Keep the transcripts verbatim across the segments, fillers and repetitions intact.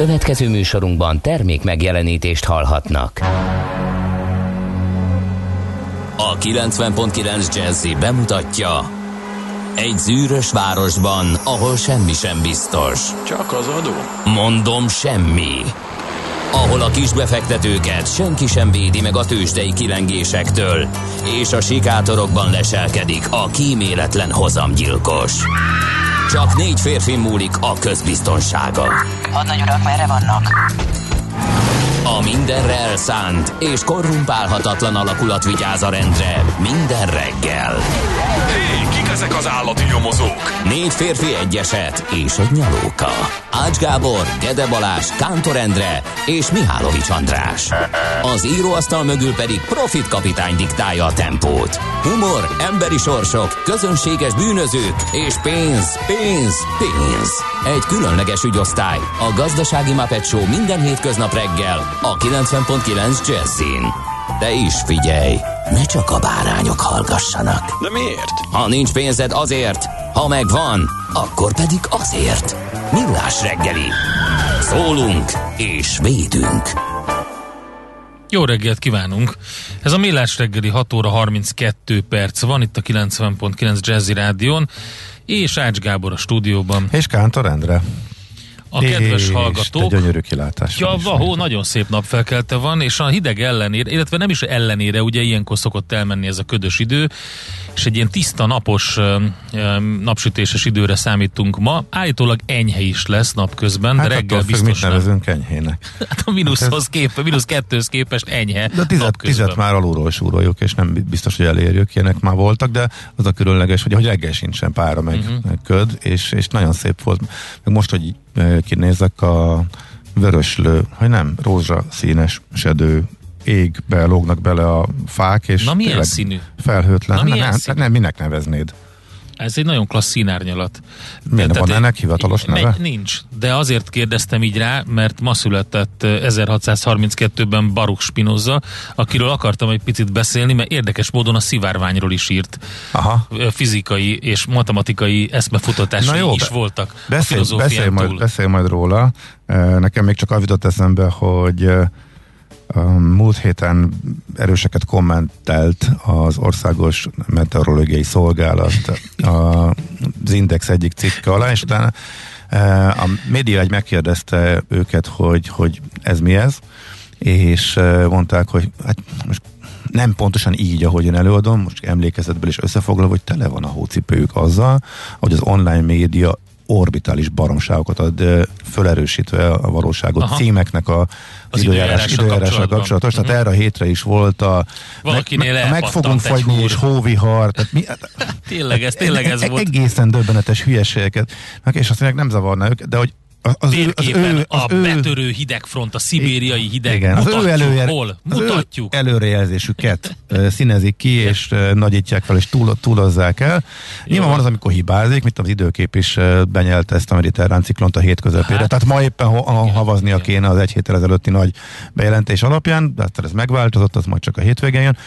Következő műsorunkban termék megjelenítést hallhatnak. A kilencven pont kilenc Jazzy bemutatja: egy zűrös városban, ahol semmi sem biztos. Csak az adó? Mondom, semmi. Ahol a kisbefektetőket senki sem védi meg a tőzsdei kilengésektől, és a sikátorokban leselkedik a kíméletlen hozamgyilkos. Csak négy férfi múlik a közbiztonsága. Hadnagy urak, merre vannak? A mindenre elszánt és korrumpálhatatlan alakulat vigyáz a rendre minden reggel. Hé, kik ezek az állati nyomozók? Négy férfi, egy eset és egy nyalóka. Ács Gábor, Gede Balázs, Kántor Endre és Mihálovics András. Az íróasztal mögül pedig Profit kapitány diktálja a tempót. Humor, emberi sorsok, közönséges bűnözők és pénz, pénz, pénz. Egy különleges ügyosztály, a Gazdasági Muppet Show minden hétköznap reggel a kilencven pont kilenc Jazzin. De is figyelj, ne csak a bárányok hallgassanak. De miért? Ha nincs pénzed, azért, ha megvan, akkor pedig azért. Millás reggeli. Szólunk és védünk. Jó reggelt kívánunk! Ez a Millás reggeli hat óra harminckettő perc van itt a kilencven pont kilenc Jazzy Rádión, és Ács Gábor a stúdióban. És Kántor Endre. A kedves és hallgatók. Te gyönyörű kilátás. Ja, vahó, nagyon szép napfelkelte van, és a hideg ellenére, illetve nem is ellenére, ugye ilyenkor szokott elmenni ez a ködös idő, és egy ilyen tiszta, napos, napsütéses időre számítunk ma. Állítólag enyhe is lesz napközben, hát de reggel biztos mit nevezünk enyhének? Hát a mínuszhoz képest, mínusz kettőhöz képest enyhe. De tizet, tizet már alulról súroljuk, és nem biztos, hogy elérjük, ilyenek már voltak, de az a különleges, hogy, hogy reggel sincsen pára, meg, uh-huh. meg köd, és, és nagyon szép volt. Meg most, hogy kinézek, a vöröslő, hogy nem, rózsaszínes sedő égbe lógnak bele a fák, és na milyen színű? Felhőtlen. Na, nem, milyen nem, színű? nem, minek neveznéd? Ez egy nagyon klassz színárnyalat. Miért van ennek hivatalos neve? Nincs, de azért kérdeztem így rá, mert ma született ezerhatszázharminckettőben Baruch Spinoza, akiről akartam egy picit beszélni, mert érdekes módon a szivárványról is írt. Aha. Fizikai és matematikai eszmefutatásai jó, is voltak. Beszélj, beszélj, majd, beszélj majd róla. Nekem még csak az jutott eszembe, hogy múlt héten erőseket kommentelt az Országos Meteorológiai Szolgálat az Index egyik cikke alá, és utána a média egy megkérdezte őket, hogy, hogy ez mi ez, és mondták, hogy hát most nem pontosan így, ahogy én előadom, most emlékezetből is összefoglalva, hogy tele van a hócipőjük azzal, hogy az online média orbitális baromságokat ad, fölerősítve a valóságot. Aha. Címeknek a az időjárás, időjárással kapcsolatos. Uh-huh. Tehát erre a hétre is volt a valakinél meg, meg fogunk fagyni és hóvihar. Tehát mi, tényleg ez, tényleg ez volt. Egészen döbbenetes hülyeségeket. És azt mondják, nem zavarná őket, de hogy az, az térképen ő, az a ő, betörő hidegfront, a szibériai hideg, igen, mutatjuk, az ő előjel, hol, mutatjuk. Az ő előrejelzésüket színezik ki, és nagyítják fel, és túl, túlozzák el. Nyilván van az, amikor hibázik, mint az időkép is benyelte ezt a mediterrán ciklont a hét közepére. Hát, tehát ma éppen ha, ha havaznia igen. kéne az egy héttel ezelőtti nagy bejelentés alapján, de ez megváltozott, az majd csak a hétvégén jön,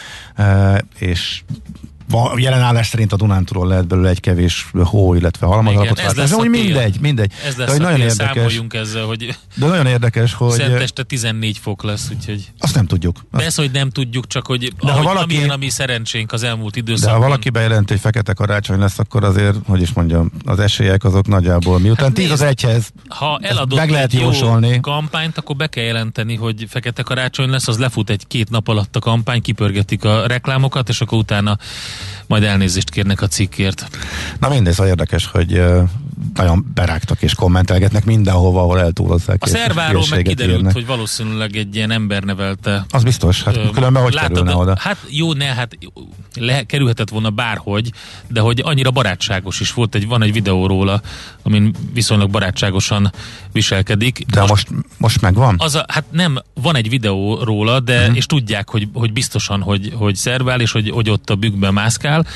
és a jelen állás szerint a Dunántúlról lehet belőle egy kevés hó, illetve halmazalapot váltani. Ez úgy mindegy, mindegy. Ez lesz de, a nagyon tél, érdekes, számoljunk ezzel, hogy de nagyon érdekes, hogy Szenteste tizennégy fok lesz, úgyhogy azt nem tudjuk. Azt... Persze, hogy nem tudjuk, csak hogy de ahogy, valaki... amilyen a mi szerencsénk az elmúlt időszakban. De ha valaki bejelent, hogy fekete karácsony lesz, akkor azért, hogy is mondjam, az esélyek azok nagyjából miután hát tíz az egyhez ha eladott meg lehet egy jósolni. Jó kampányt, akkor be kell jelenteni, hogy fekete karácsony lesz, az lefut egy-két nap alatt a kampány, kipörgetik a reklámokat, és akkor utána majd elnézést kérnek a cikkért. Na mindez, szóval érdekes, hogy uh, nagyon berágtak és kommentelgetnek mindenhova, ahol eltúlozzák. A Szerváról meg kiderült, érnek. Hogy valószínűleg egy ilyen ember nevelte. Az biztos, hát ö, különben hogy látod, kerülne oda? Hát jó, ne, hát le, kerülhetett volna bárhogy, de hogy annyira barátságos is volt, egy, van egy videó róla, amin viszonylag barátságosan viselkedik. De most, most, most megvan? Az a, hát nem, van egy videó róla, de hmm. és tudják, hogy, hogy biztosan, hogy, hogy szervál, és hogy, hogy ott a bükkben mászkál.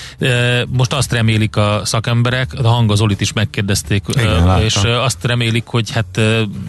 Most azt remélik a szakemberek, a Hanga Zolit is megkérdezték, igen, és azt remélik, hogy hát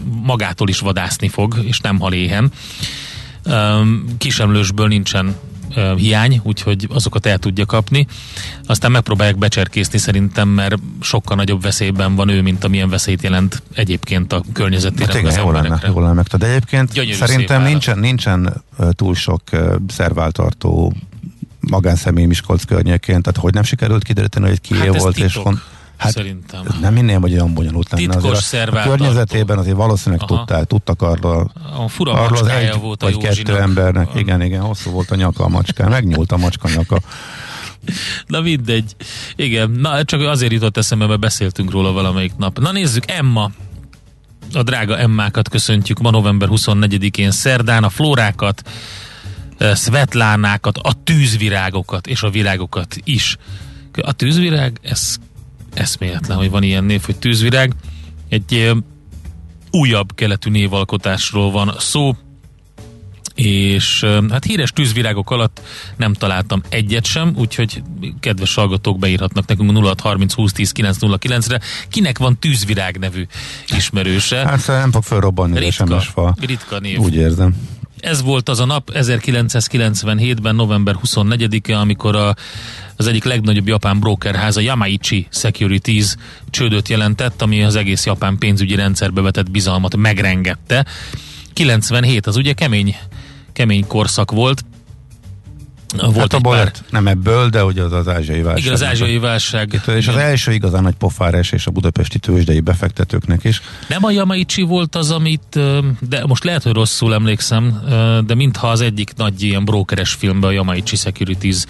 magától is vadászni fog, és nem hal éhen. Kisemlősből nincsen uh, hiány, úgyhogy azokat el tudja kapni. Aztán megpróbálják becserkészni szerintem, mert sokkal nagyobb veszélyben van ő, mint amilyen veszélyt jelent egyébként a környezetére. Hát igen, jól lenne, jól lenne meg. De egyébként gyönyörű, szerintem nincsen, nincsen uh, túl sok uh, szerváltartó magánszemély Miskolc környékén, tehát hogy nem sikerült kideríteni, hogy ki hát volt, és kon- hát szerintem. Nem minném, hogy olyan bonyolult lenne. Titkos szerváltartó. A környezetében azért valószínűleg tudták, tudtak arról, a fura arról az egy volt a vagy Józsinak. kettő embernek. A... Igen, igen, hosszú volt a nyaka a macskán, megnyúlt a macska nyaka. Na mindegy. Igen, na csak azért jutott eszembe, mert beszéltünk róla valamelyik nap. Na nézzük, Emma. A drága Emmákat köszöntjük ma november huszonnegyedikén szerdán, a Flórákat, Szvetlánákat, a tűzvirágokat és a virágokat is. A tűzvirág, ez eszméletlen, hogy van ilyen név, hogy tűzvirág. Egy e, újabb keletű névalkotásról van szó, és e, hát híres tűzvirágok alatt nem találtam egyet sem, úgyhogy kedves hallgatók beírhatnak nekünk nulla hat harminc húsz tíz kilenc nulla kilencre. Kinek van tűzvirág nevű ismerőse? Hát nem fog felrobbanni a es em es fal. Ritka név. Úgy érzem. Ez volt az a nap ezerkilencszázkilencvenhétben, november huszonnegyedike, amikor a, az egyik legnagyobb japán brokerház, a Yamaichi Securities csődöt jelentett, ami az egész japán pénzügyi rendszerbe vetett bizalmat megrengette. kilencvenhét az ugye kemény, kemény korszak volt. Volt hát egy pár... nem ebből, de ugye az az ázsiai válság. Igen, az ázsiai válság. Itt, és az első igazán nagy pofárás és a budapesti tőzsdei befektetőknek is. Nem a Yamaichi volt az, amit, de most lehet, hogy rosszul emlékszem, de mintha az egyik nagy ilyen brokeres filmben a Yamaichi Securities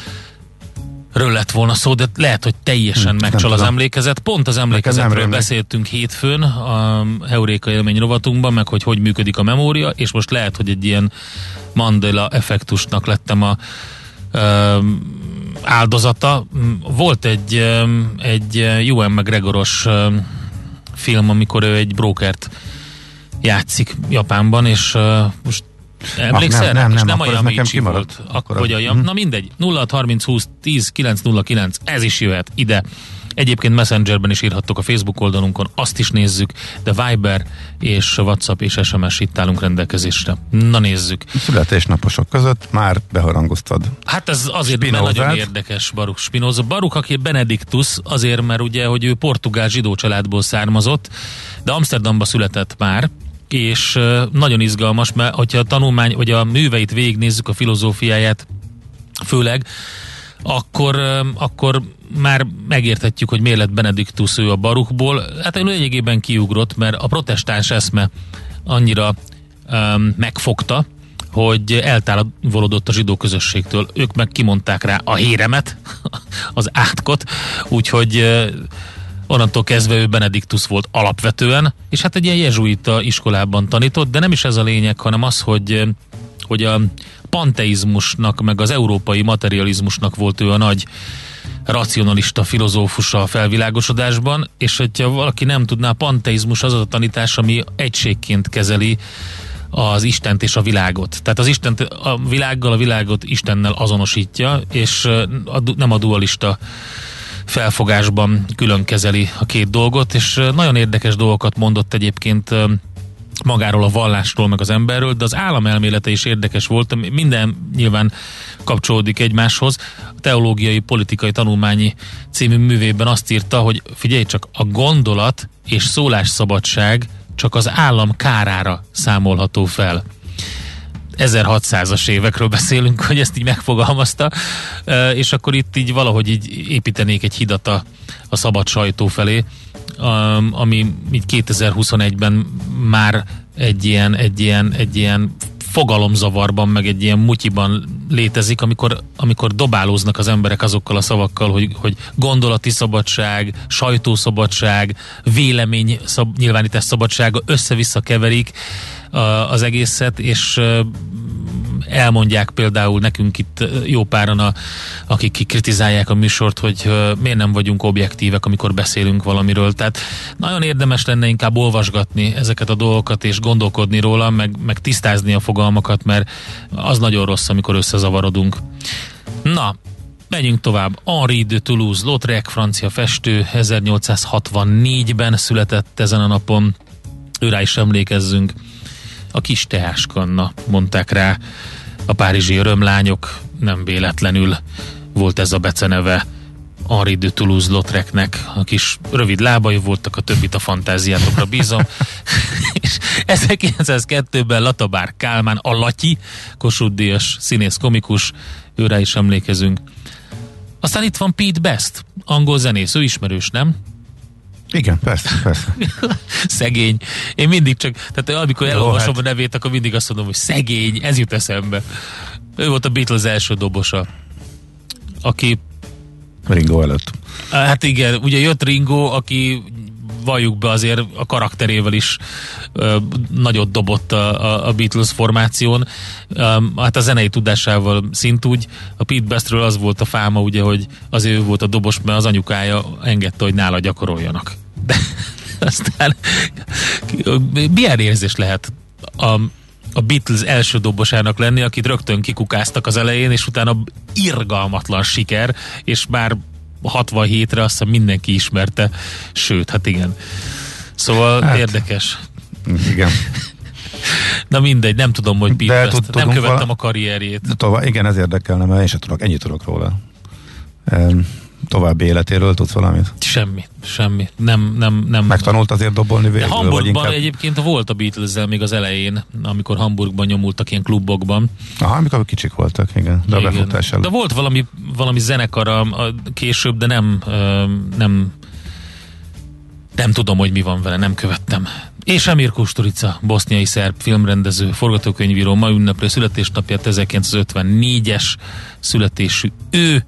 ről lett volna szó, de lehet, hogy teljesen hmm, megcsal az emlékezet. Pont az emlékezetről beszéltünk hétfőn a Heuréka élmény rovatunkban, meg hogy hogy működik a memória, és most lehet, hogy egy ilyen Mandela effektusnak lettem a ö, áldozata. Volt egy, ö, egy Ewan McGregoros ö, film, amikor ő egy brokert játszik Japánban, és ö, most emlékszel? Ah, nem, nem, most nem, nem a Yamaichi volt. Akkor vagy a Yam... Na mindegy, nulla hat harminc húsz tíz kilenc nulla kilenc, ez is jöhet ide. Egyébként Messengerben is írhattok a Facebook oldalunkon, azt is nézzük, de Viber és WhatsApp és es em es itt állunk rendelkezésre. Na nézzük. Születésnaposok között már beharangoztad. Hát ez azért mert nagyon érdekes Baruch Spinoza. Baruch, aki Benediktus, azért, mert ugye, hogy ő portugál zsidó családból származott, de Amsterdamba született már, és nagyon izgalmas, mert hogyha a tanulmány, vagy a műveit végignézzük, a filozófiáját főleg, akkor, akkor már megérthetjük, hogy miért lett Benediktus ő a Baruchból. Hát ő lényegében kiugrott, mert a protestáns eszme annyira um, megfogta, hogy eltávolodott a zsidó közösségtől. Ők meg kimondták rá a héremet, az átkot, úgyhogy uh, onnantól kezdve ő Benediktus volt alapvetően, és hát egy ilyen jezsuita iskolában tanított, de nem is ez a lényeg, hanem az, hogy, hogy a panteizmusnak, meg az európai materializmusnak volt ő a nagy racionalista filozófusa a felvilágosodásban, és hogyha valaki nem tudná, a panteizmus az a tanítás, ami egységként kezeli az Istent és a világot. Tehát az Istent a világgal, a világot Istennel azonosítja, és a, nem a dualista felfogásban külön kezeli a két dolgot, és nagyon érdekes dolgokat mondott egyébként magáról a vallásról, meg az emberről, de az államelmélete is érdekes volt, minden nyilván kapcsolódik egymáshoz. A Teológiai Politikai Tanulmányi című művében azt írta, hogy figyelj csak, a gondolat és szólásszabadság csak az állam kárára számolható fel. ezerhatszázas évekről beszélünk, hogy ezt így megfogalmazta, és akkor itt így valahogy így építenék egy hidat a, a szabad sajtó felé, ami így kétezer-huszonegyben már egy ilyen, egy ilyen, egy ilyen fogalomzavarban, meg egy ilyen mutyiban létezik, amikor, amikor dobálóznak az emberek azokkal a szavakkal, hogy, hogy gondolati szabadság, sajtószabadság, vélemény szab, nyilvánítás szabadsága, össze-vissza keverik az egészet, és elmondják például nekünk itt jó páran, a, akik kritizálják a műsort, hogy miért nem vagyunk objektívek, amikor beszélünk valamiről. Tehát nagyon érdemes lenne inkább olvasgatni ezeket a dolgokat, és gondolkodni róla, meg, meg tisztázni a fogalmakat, mert az nagyon rossz, amikor összezavarodunk. Na, menjünk tovább. Henri de Toulouse-Lautrec, francia festő, ezernyolcszázhatvannégyben született ezen a napon. Őrá is emlékezzünk. A kis teáskanna, mondták rá a párizsi örömlányok. nem véletlenül volt ez a beceneve Henri de Toulouse-Lautrecnek. A kis rövid lábai voltak, a többit a fantáziátokra bízom. És ezerkilencszázkettőben Latabár Kálmán, a Latyi, Kossuth-díjas színész komikus, őrá is emlékezünk. Aztán itt van Pete Best, angol zenész, ő ismerős, nem? Igen, persze, persze. Szegény. Én mindig csak, tehát amikor elolvasom hát. a nevét, akkor mindig azt mondom, hogy szegény, ez jut eszembe. Ő volt a Beatles első dobosa, aki Ringo előtt. Hát igen, ugye jött Ringo, aki valljuk be azért a karakterével is ö, nagyot dobott a, a Beatles formáción. Um, hát a zenei tudásával szintúgy. A Pete Bestről az volt a fáma, ugye, hogy azért ő volt a dobos, mert az anyukája engedte, hogy nála gyakoroljanak. De aztán milyen érzés lehet a, a Beatles első dobosának lenni, akit rögtön kikukáztak az elején, és utána irgalmatlan siker, és már hatvanhétre azt hiszem mindenki ismerte, sőt, hát igen. Szóval hát, érdekes. Igen. Na mindegy, nem tudom, hogy Pete Best, Best, tud, nem követtem vala... a karrierjét. De tovább, igen, ez érdekelne, mert én sem tudok, ennyit tudok róla. Um, további életéről tudsz valamit? Semmi, semmi. Nem, nem, nem. Megtanult azért dobolni végül? De Hamburgban inkább... egyébként volt a Beatles-zel még az elején, amikor Hamburgban nyomultak ilyen klubokban. Aha, amikor kicsik voltak, igen. De igen. A befutás előtt. De volt valami, valami zenekar a, a később, de nem, nem nem tudom, hogy mi van vele, nem követtem. És Emir Kusturica, boszniai szerb filmrendező, forgatókönyvíró, ma ünnepli születésnapját, ezerkilencszázötvennégyes születésű ő,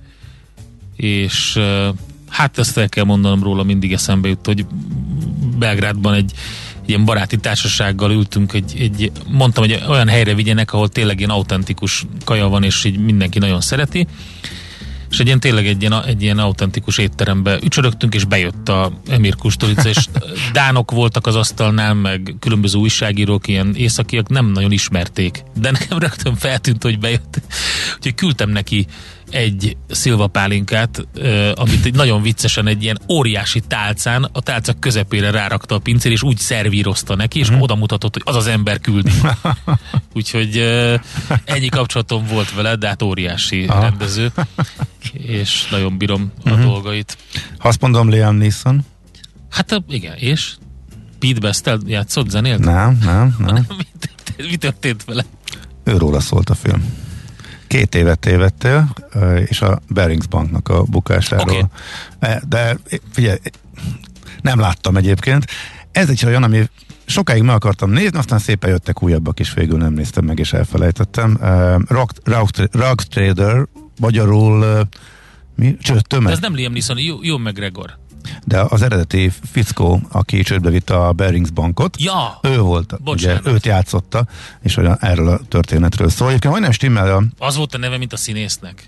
és hát ezt el kell mondanom róla, mindig eszembe jut, hogy Belgrádban egy, egy ilyen baráti társasággal ültünk, egy, egy, mondtam, hogy olyan helyre vigyenek, ahol tényleg ilyen autentikus kaja van, és így mindenki nagyon szereti, és egy ilyen, tényleg egy ilyen, egy ilyen autentikus étterembe ücsörögtünk, és bejött a Emir Kusturica, és dánok voltak az asztalnál, meg különböző újságírók, ilyen északiak, nem nagyon ismerték, de nekem rögtön feltűnt, hogy bejött. Úgyhogy küldtem neki egy szilvapálinkát, uh, amit egy nagyon viccesen egy ilyen óriási tálcán, a tálca közepére rárakta a pincér, és úgy szervírozta neki, és mm. oda mutatott, hogy az az ember küldi. Úgyhogy uh, ennyi kapcsolatom volt vele, de hát óriási ah. rendező, és nagyon bírom a mm-hmm. dolgait. Ha azt mondom, Liam Neeson? Hát igen, és? Pete Best-tel játszott, zenélt? Nem, nem, nem. mi, mi történt vele? Őróla szólt a film. Két évet tévedtél, és a Barings Banknak a bukásáról. Okay. De figyelj, nem láttam egyébként. Ez egy olyan, ami sokáig meg akartam nézni, aztán szépen jöttek újabbak, és végül nem néztem meg, és elfelejtettem. Rock, rock, rock Trader, magyarul mi? Csőd, tömeg. De ez nem Liam Neeson, Ewan McGregor. De az eredeti fickó, aki csődbe vitte a Barings Bankot, ja, ő volt, ugye, őt játszotta, és olyan erről a történetről szól. Egyébként majdnem stimmel a... Az volt a neve, mint a színésznek.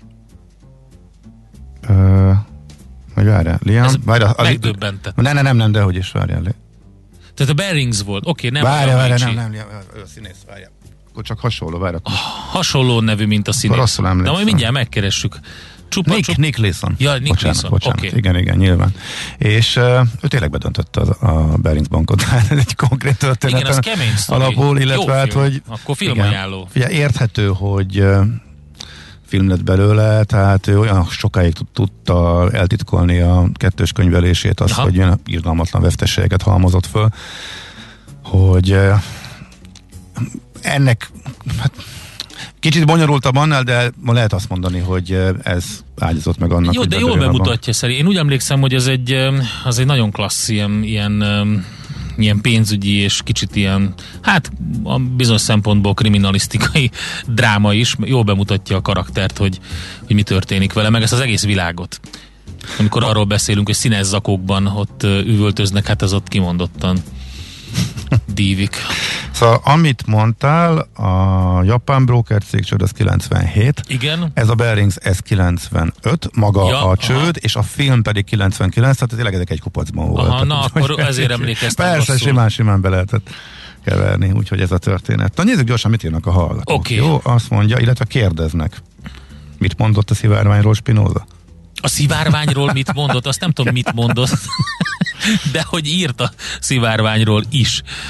Ö, vagy várjál, Liam? Várjál, megdöbbentett. Nem, nem, nem, nem, de hogy is várjál. Tehát a Barings volt, oké, okay, nem. Várjál, várjál, nem, nem, nem, ő a színész, várjál. Akkor csak hasonló, várjál. Hasonló nevű, mint a színész. De majd mindjárt megkeressük. Csupa, Nick, csup... Nick Leeson. Ja, Nick bocsánat, Leeson. bocsánat. Okay. Igen, igen, nyilván. És uh, ő tényleg bedöntötte a, a Barings Bankot. Ez egy konkrét történeten. Igen, az kemény sztori. Alapul, illetve hát, hogy... Akkor filmajánló. Figyelj, érthető, hogy uh, film lett belőle, tehát ő olyan sokáig tudta eltitkolni a kettős könyvelését, azt, aha, hogy ilyen irgalmatlan veszteségeket halmozott föl, hogy uh, ennek... Hát, kicsit bonyolultabb annál, de ma lehet azt mondani, hogy ez ágyazott meg annak. Jó, de jól bemutatja szerint. Én úgy emlékszem, hogy az egy, az egy nagyon klassz ilyen, ilyen, ilyen pénzügyi és kicsit ilyen, hát a bizonyos szempontból kriminalisztikai dráma is. Jól bemutatja a karaktert, hogy, hogy mi történik vele, meg ezt az egész világot. Amikor arról beszélünk, hogy színes zakókban ott üvöltöznek, hát az ott kimondottan dívik. Szóval amit mondtál, a japán broker cég csőd az kilencvenhét. Igen. Ez a Barings, ez kilencvenöt, maga ja, a csőd, aha, és a film pedig kilencvenkilenc, tehát tényleg ezek egy kupacban volt. Aha, na, akkor ezért emlékeztem persze, rosszul. simán, simán be lehetett keverni, úgyhogy ez a történet. Na nézzük gyorsan, mit írnak a hallgatók. Okay. Jó, azt mondja, illetve kérdeznek. Mit mondott a szivárványról Spinoza? A szivárványról mit mondott? Azt nem tudom, mit mondott. De hogy írt a szivárványról is.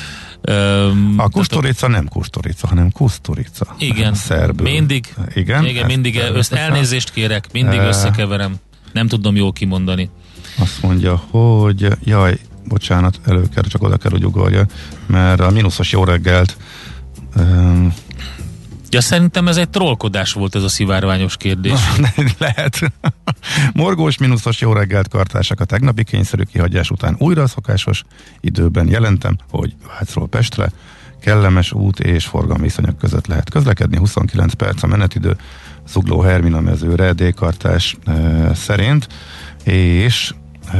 A Kusturica nem Kusturica, hanem Kusturica. Igen, szerbül. mindig, igen, igen mindig össz, elnézést kérek, mindig összekeverem. Nem tudom jól kimondani. Azt mondja, hogy jaj, bocsánat, elő kell, csak oda kell, hogy ugorja, mert a mínuszos jó reggelt um, ja, szerintem ez egy trollkodás volt, ez a szivárványos kérdés. Lehet. Morgós mínuszos jó reggelt, kartársak, a tegnapi kényszerű kihagyás után újra a szokásos időben jelentem, hogy Vácról Pestre kellemes út és forgalmi viszonyok között lehet közlekedni, huszonkilenc perc a menetidő, Zugló Hermina mezőre D-kartás e, szerint, és e,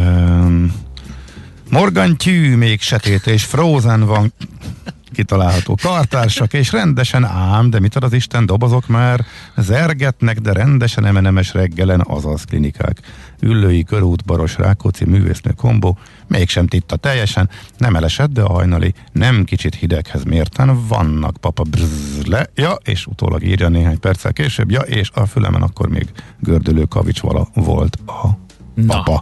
morgantyű még setét és frozen van kitalálható kartársak, és rendesen ám, de mit ad az Isten, dobozok már zergetnek, de rendesen em en em-es reggelen, azaz klinikák. Üllői, Körút, Baros, Rákóczi, művésznő kombó, mégsem titta teljesen, nem elesett, de a hajnali nem kicsit hideghez mérten vannak, papa brzzz le, ja, és utólag írja néhány perccel később, ja, és a fülemen akkor még gördülő kavics vala volt a papa.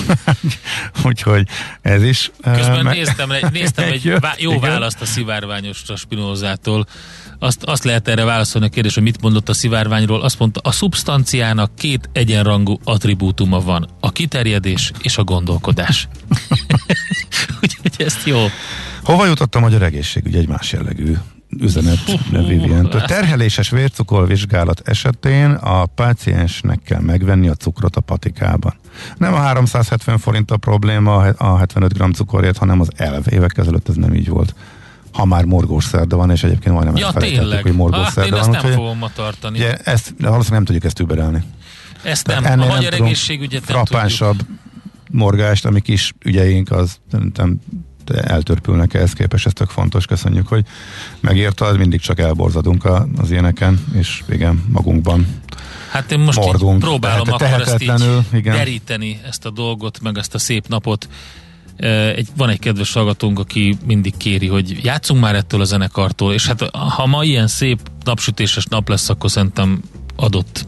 Úgyhogy ez is... Közben uh, néztem, néztem egy jött, vá- jó igen. választ a szivárványosra Spinozától. Azt, azt lehet erre válaszolni a kérdés, hogy mit mondott a szivárványról. Azt mondta, a szubstanciának két egyenrangú attribútuma van. A kiterjedés és a gondolkodás. Úgyhogy ezt jó. Hova jutott a magyar egészségügy? Egy más jellegű üzenet Vivientől. Terheléses vércukorvizsgálat esetén a páciensnek kell megvenni a cukrot a patikában. Nem a háromszázhetven forint a probléma a hetvenöt gramm cukorért, hanem az elv. Évek ezelőtt ez nem így volt. Ha már morgós szerda van, és egyébként majdnem ja, elfelejtettük, hogy morgós ah, szerda én van. ezt nem fogom ma tartani. Ugye, ezt, valószínűleg nem tudjuk ezt überelni. Ezt nem. A magyar egészségügyet nem frappánsabb morgást, ami kis ügyeink, az nem eltörpülnek ehhez képest, ez tök fontos, köszönjük, hogy megírtad, mindig csak elborzadunk a, az ilyeneken, és igen, magunkban hát én most mordunk. próbálom Tehát akkor ezt így igen. deríteni, ezt a dolgot, meg ezt a szép napot. Egy, van egy kedves hallgatónk, aki mindig kéri, hogy játszunk már ettől a zenekartól, és hát ha ma ilyen szép napsütéses nap lesz, akkor szerintem adott.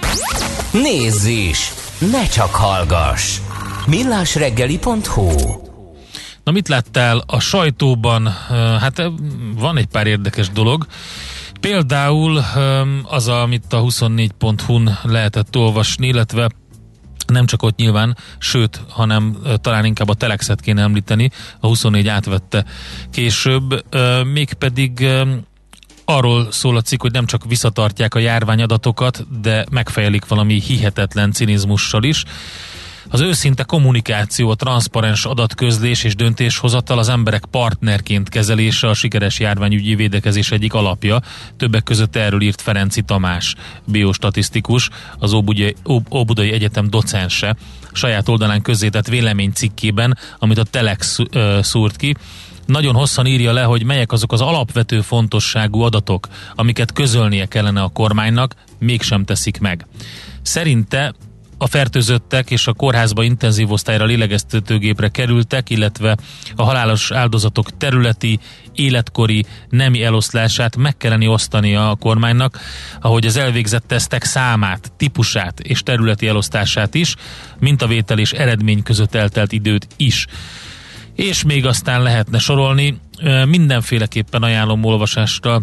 Nézz is! Ne csak hallgass! millásreggeli pont hu. Na, mit láttál a sajtóban? Hát van egy pár érdekes dolog. Például az, amit a huszonnégy pont hu-n lehetett olvasni, illetve nem csak ott nyilván, sőt, hanem talán inkább a Telexet kéne említeni, a huszonnégy átvette később, mégpedig arról szól a cikk, hogy nem csak visszatartják a járványadatokat, de megfejelik valami hihetetlen cinizmussal is. Az őszinte kommunikáció, a transzparens adatközlés és döntéshozatal, az emberek partnerként kezelése a sikeres járványügyi védekezés egyik alapja. Többek között erről írt Ferenci Tamás, biostatisztikus, az Óbudai, Óbudai Egyetem docense, saját oldalán közzétett véleménycikkében, amit a Telex szúrt ki. Nagyon hosszan írja le, hogy melyek azok az alapvető fontosságú adatok, amiket közölnie kellene a kormánynak, mégsem teszik meg. Szerinte a fertőzöttek és a kórházba intenzív osztályra lélegeztetőgépre kerültek, illetve a halálos áldozatok területi, életkori, nemi eloszlását meg kellene osztania a kormánynak, ahogy az elvégzett tesztek számát, típusát és területi elosztását is, mintavétel és eredmény között eltelt időt is. És még aztán lehetne sorolni, mindenféleképpen ajánlom olvasásra,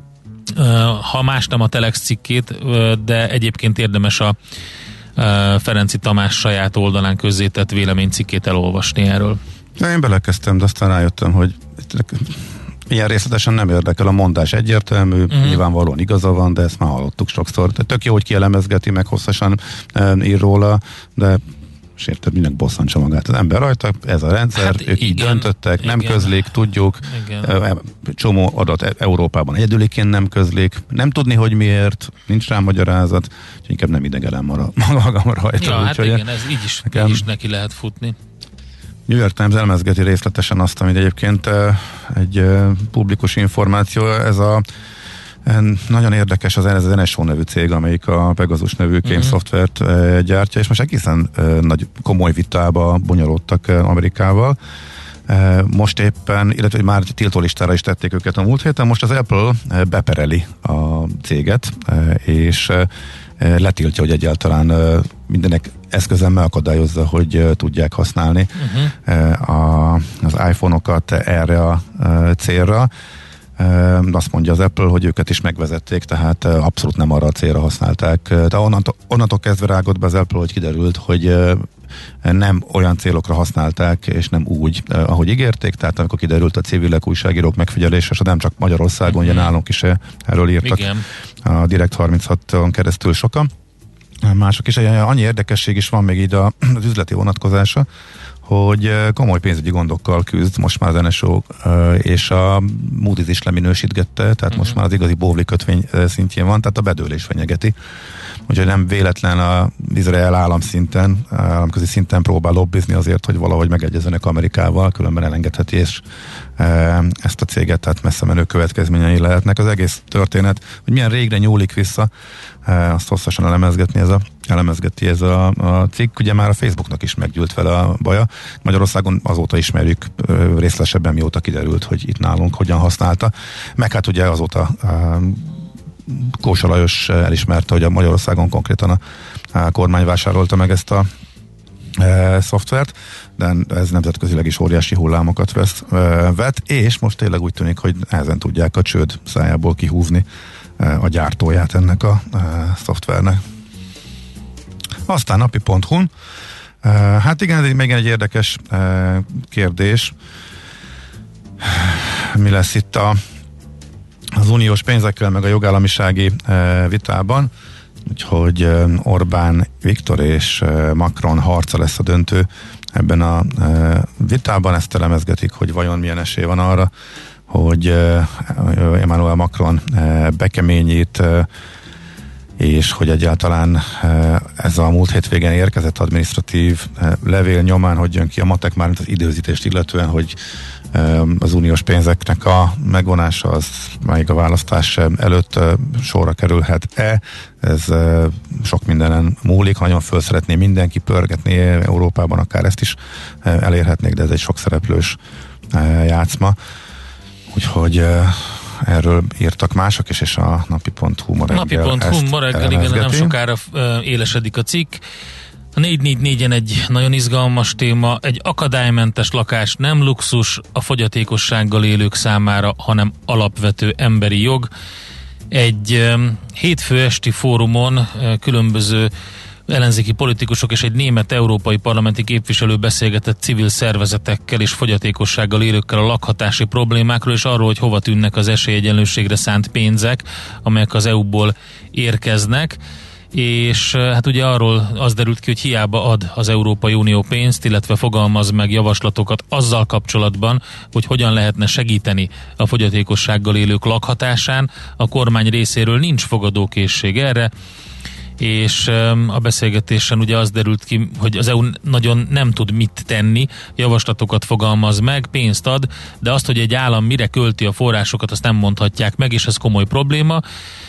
ha más nem a Telex cikkét, de egyébként érdemes a Ferenci Tamás saját oldalán közzétett véleménycikkét elolvasni erről. Ja, én belekezdtem, de aztán rájöttem, hogy ilyen részletesen nem érdekel, a mondás egyértelmű, uh-huh. nyilvánvalóan igaza van, de ezt már hallottuk sokszor. Tehát tök jó, hogy kielemezgeti, meg hosszasan e, ír róla, de és érted, mindenki bosszantsa magát. Az ember rajta, ez a rendszer, hát ők igen, így döntöttek, igen, nem közlik, tudjuk. Igen. Csomó adat Európában egyedüliként nem közlik. Nem tudni, hogy miért, nincs rá magyarázat, és inkább nem idegelem magam rajta. Ja, úgy, hát hogy igen, ez így is, nekem, így is neki lehet futni. New York Times elemezgeti részletesen azt, amit egyébként egy publikus információ, ez a nagyon érdekes az en es o nevű cég, amelyik a Pegasus nevű kém uh-huh. szoftvert e, gyártja, és most egészen e, nagy komoly vitába bonyolódtak e, Amerikával. E, most éppen, illetve már tiltólistára is tették őket a múlt héten, most az Apple e, bepereli a céget, e, és e, letiltja, hogy egyáltalán mindenek eszközön megakadályozza, hogy tudják használni uh-huh. a, az iPhone-okat erre a célra. Azt mondja az Apple, hogy őket is megvezették, tehát abszolút nem arra a célra használták. De onnantól, onnantól kezdve rágott be az Apple, hogy kiderült, hogy nem olyan célokra használták, és nem úgy, ahogy ígérték, tehát amikor kiderült a civilek, újságírók megfigyelése, és nem csak Magyarországon, ugye nálunk is erről írtak. Igen. A Direkt harminchaton keresztül sokan. Mások is, annyi érdekesség is van még így az üzleti vonatkozása, hogy komoly pénzügyi gondokkal küzd most már az en es o, és a Moody's is leminősítgette, tehát uh-huh. most már az igazi bóvli kötvény szintjén van, tehát a bedőlés fenyegeti. Úgyhogy nem véletlen az Izrael államszinten, államközi szinten próbál lobbizni azért, hogy valahogy megegyezzenek Amerikával, különben elengedheti és ezt a céget, tehát messze menő következményei lehetnek. Az egész történet, hogy milyen régre nyúlik vissza, azt hosszasan elemezgetni ez a, elemezgeti ez a, a cikk. Ugye már a Facebooknak is meggyűlt vele a baja. Magyarországon azóta ismerjük részletesebben, mióta kiderült, hogy itt nálunk hogyan használta. Meg hát ugye azóta Kósa Lajos elismerte, hogy a Magyarországon konkrétan a, a kormány vásárolta meg ezt a e, szoftvert, de ez nemzetközileg is óriási hullámokat vesz, e, vet, és most tényleg úgy tűnik, hogy ezen tudják a csőd szájából kihúzni e, a gyártóját ennek a e, szoftvernek. Aztán napi pont hu-n. E, hát igen, ez még egy érdekes e, kérdés. Mi lesz itt a az uniós pénzekkel, meg a jogállamisági e, vitában, úgyhogy e, Orbán Viktor és e, Macron harca lesz a döntő ebben a e, vitában. Ezt elemezgetik, hogy vajon milyen esély van arra, hogy e, Emmanuel Macron e, bekeményít, e, és hogy egyáltalán e, ez a múlt hétvégén érkezett adminisztratív e, levél nyomán, hogy jön ki a matek már az időzítést illetően, hogy az uniós pénzeknek a megvonása az még a választás előtt sorra kerülhet-e. Ez sok mindenen múlik, nagyon föl szeretné mindenki pörgetni Európában, akár ezt is elérhetnék, de ez egy sok szereplős játszma. Úgyhogy erről írtak mások is, és a napi pont hu ma reggel napi pont hu ma reggel, igen, nem sokára élesedik a cikk. A négy négy négyen egy nagyon izgalmas téma, egy akadálymentes lakás nem luxus a fogyatékossággal élők számára, hanem alapvető emberi jog. Egy um, hétfő esti fórumon uh, különböző ellenzéki politikusok és egy német európai parlamenti képviselő beszélgetett civil szervezetekkel és fogyatékossággal élőkkel a lakhatási problémákról, és arról, hogy hova tűnnek az esélyegyenlőségre szánt pénzek, amelyek az é u-ból érkeznek. És hát ugye arról az derült ki, hogy hiába ad az Európai Unió pénzt, illetve fogalmaz meg javaslatokat azzal kapcsolatban, hogy hogyan lehetne segíteni a fogyatékossággal élők lakhatásán, a kormány részéről nincs fogadókészség erre, és a beszélgetésen ugye az derült ki, hogy az é u nagyon nem tud mit tenni, javaslatokat fogalmaz meg, pénzt ad, de azt, hogy egy állam mire költi a forrásokat, azt nem mondhatják meg, és ez komoly probléma.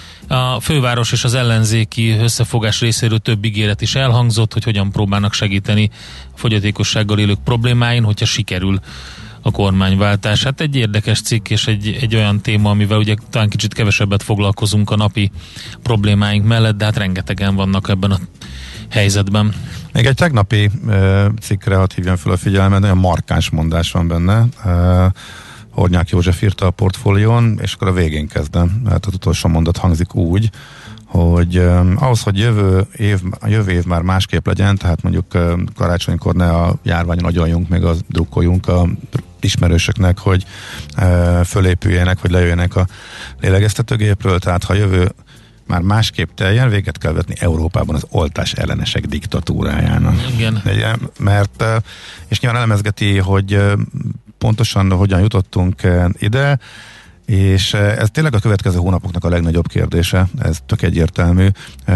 A főváros és az ellenzéki összefogás részéről több ígéret is elhangzott, hogy hogyan próbálnak segíteni a fogyatékossággal élők problémáin, hogyha sikerül a kormányváltás. Hát egy érdekes cikk és egy, egy olyan téma, amivel ugye talán kicsit kevesebbet foglalkozunk a napi problémáink mellett, de hát rengetegen vannak ebben a helyzetben. Még egy tegnapi uh, cikkre hadd hívjam fel a figyelmet, nagyon markáns mondás van benne. Uh, Hornyák József írta a Portfólión, és akkor a végén kezdem. Hát az utolsó mondat hangzik úgy, hogy um, ahhoz, hogy jövő év, jövő év már másképp legyen, tehát mondjuk um, karácsonykor ne a járványon agyaljunk, meg az drukkoljunk a ismerősöknek, hogy uh, fölépüljenek, vagy lejöjjenek a lélegeztetőgépről, tehát ha jövő már másképp teljen, véget kell vetni Európában az oltás ellenesek diktatúrájának. Igen. Mert, és nyilván elemezgeti, hogy pontosan hogyan jutottunk ide, és ez tényleg a következő hónapoknak a legnagyobb kérdése, ez tök egyértelmű.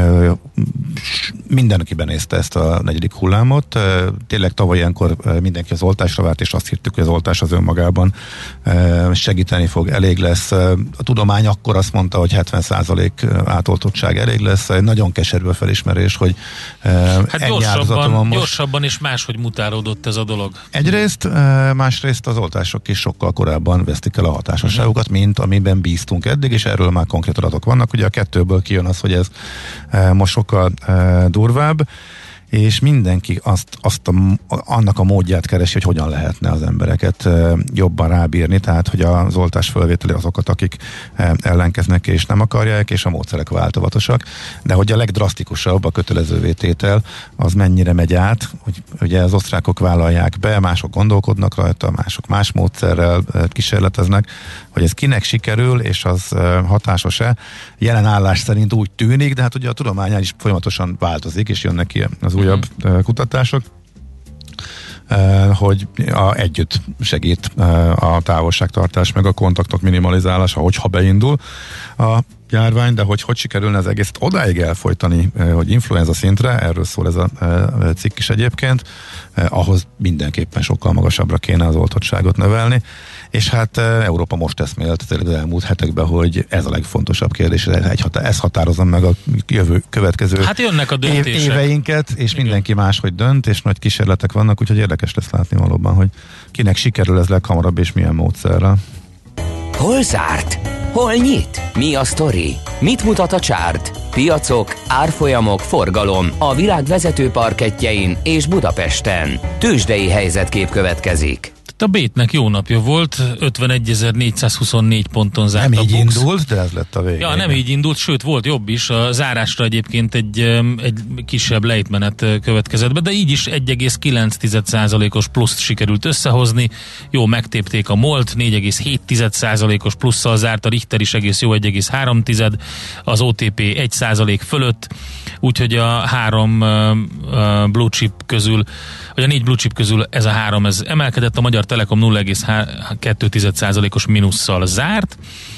Mindenki benézte ezt a negyedik hullámot, tényleg tavaly ilyenkor mindenki az oltásra várt, és azt hittük, hogy az oltás az önmagában segíteni fog, elég lesz. A tudomány akkor azt mondta, hogy hetven százalék átoltottság elég lesz, nagyon keserű a felismerés, hogy hát gyorsabban, most... gyorsabban és máshogy mutálódott ez a dolog. Egyrészt, másrészt az oltások is sokkal korábban vesztik el a hatásosságukat, mint mint amiben bíztunk eddig, és erről már konkrét adatok vannak. Ugye a kettőből kijön az, hogy ez most sokkal durvább, és mindenki azt, azt a, annak a módját keresi, hogy hogyan lehetne az embereket jobban rábírni, tehát hogy az oltás fölvételi azokat, akik ellenkeznek és nem akarják, és a módszerek változatosak, de hogy a legdrasztikusabb a kötelezővé tétel, az mennyire megy át, hogy ugye az osztrákok vállalják be, mások gondolkodnak rajta, mások más módszerrel kísérleteznek, hogy ez kinek sikerül, és az hatásos-e. Jelen állás szerint úgy tűnik, de hát ugye a tudományán is folyamatosan változik, és jönnek ki az újabb mm. kutatások, hogy a, együtt segít a távolságtartás, meg a kontaktok minimalizálása, hogyha beindul a járvány, de hogy hogy sikerülne az egészet odáig elfolytani, hogy influenza szintre, erről szól ez a cikk is egyébként, ahhoz mindenképpen sokkal magasabbra kéne az oltottságot növelni, és hát Európa most eszmélt tényleg az elmúlt hetekben, hogy ez a legfontosabb kérdés, ez határozom meg a jövő következő hát jönnek a év, éveinket, és igen, mindenki máshogy dönt, és nagy kísérletek vannak, úgyhogy érdekes lesz látni valóban, hogy kinek sikerül ez leghamarabb, és milyen módszerrel. Hol zárt? Hol nyit? Mi a sztori? Mit mutat a csárt? Piacok, árfolyamok, forgalom a világ vezető parkettjein és Budapesten. Tőzsdei helyzetkép következik. A Bétnek jó napja volt, ötvenegyezer-négyszázhuszonnégy ponton zárt nem a így Bux. indult, de ez lett a vége. Ja, nem így indult, sőt volt jobb is. A zárásra egyébként egy, egy kisebb lejtmenet következett be, de így is egy egész kilenc százalékos pluszt sikerült összehozni. Jó, megtépték a MOL-t, négy egész hét százalékos plusszal zárt, a Richter is egész jó, egy egész három, az o té pé egy százalék fölött, úgyhogy a három uh, uh, blue chip közül, vagy a négy blue chip közül ez a három ez emelkedett, a Magyar Telekom nulla egész kettő százalékos mínusszal zárt,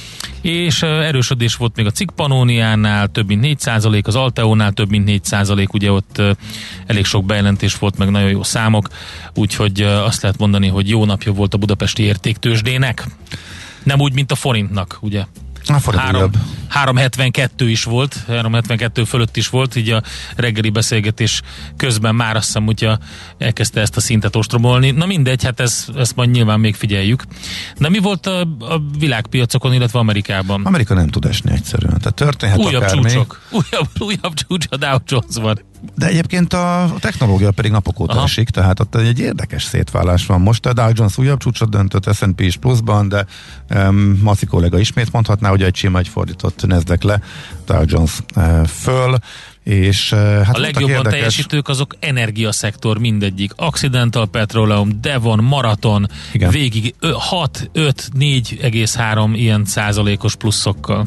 és erősödés volt még a Cikk Pannoniánál, több mint négy százalék, az Alteónál több mint négy százalék, ugye ott elég sok bejelentés volt, meg nagyon jó számok, úgyhogy azt lehet mondani, hogy jó napja volt a budapesti értéktőzsdének. Nem úgy, mint a forintnak, ugye? három egész hetvenkettő is volt, három egész hetvenkettő fölött is volt, így a reggeli beszélgetés közben már azt hiszem, hogyha elkezdte ezt a szintet ostromolni. Na mindegy, hát ez, ezt majd nyilván még figyeljük. De mi volt a, a világpiacokon, illetve Amerikában? Amerika nem tud esni egyszerűen. Tehát történhet újabb akármi. Csúcsok. Újabb, újabb csúcs a Dow Jones van. De egyébként a technológia pedig napok óta aha, esik, tehát ott egy érdekes szétválás van most. A Dow Jones újabb csúcsot döntött, es and pé is pluszban, de um, Maci kollega ismét mondhatná, hogy egy sima, egy fordított Nasdaq le, Dow Jones uh, föl, és uh, hát a legjobban érdekes... teljesítők azok energiaszektor mindegyik. Occidental Petroleum, Devon, Marathon, igen, végig hat, öt, négy egész három ilyen százalékos pluszokkal.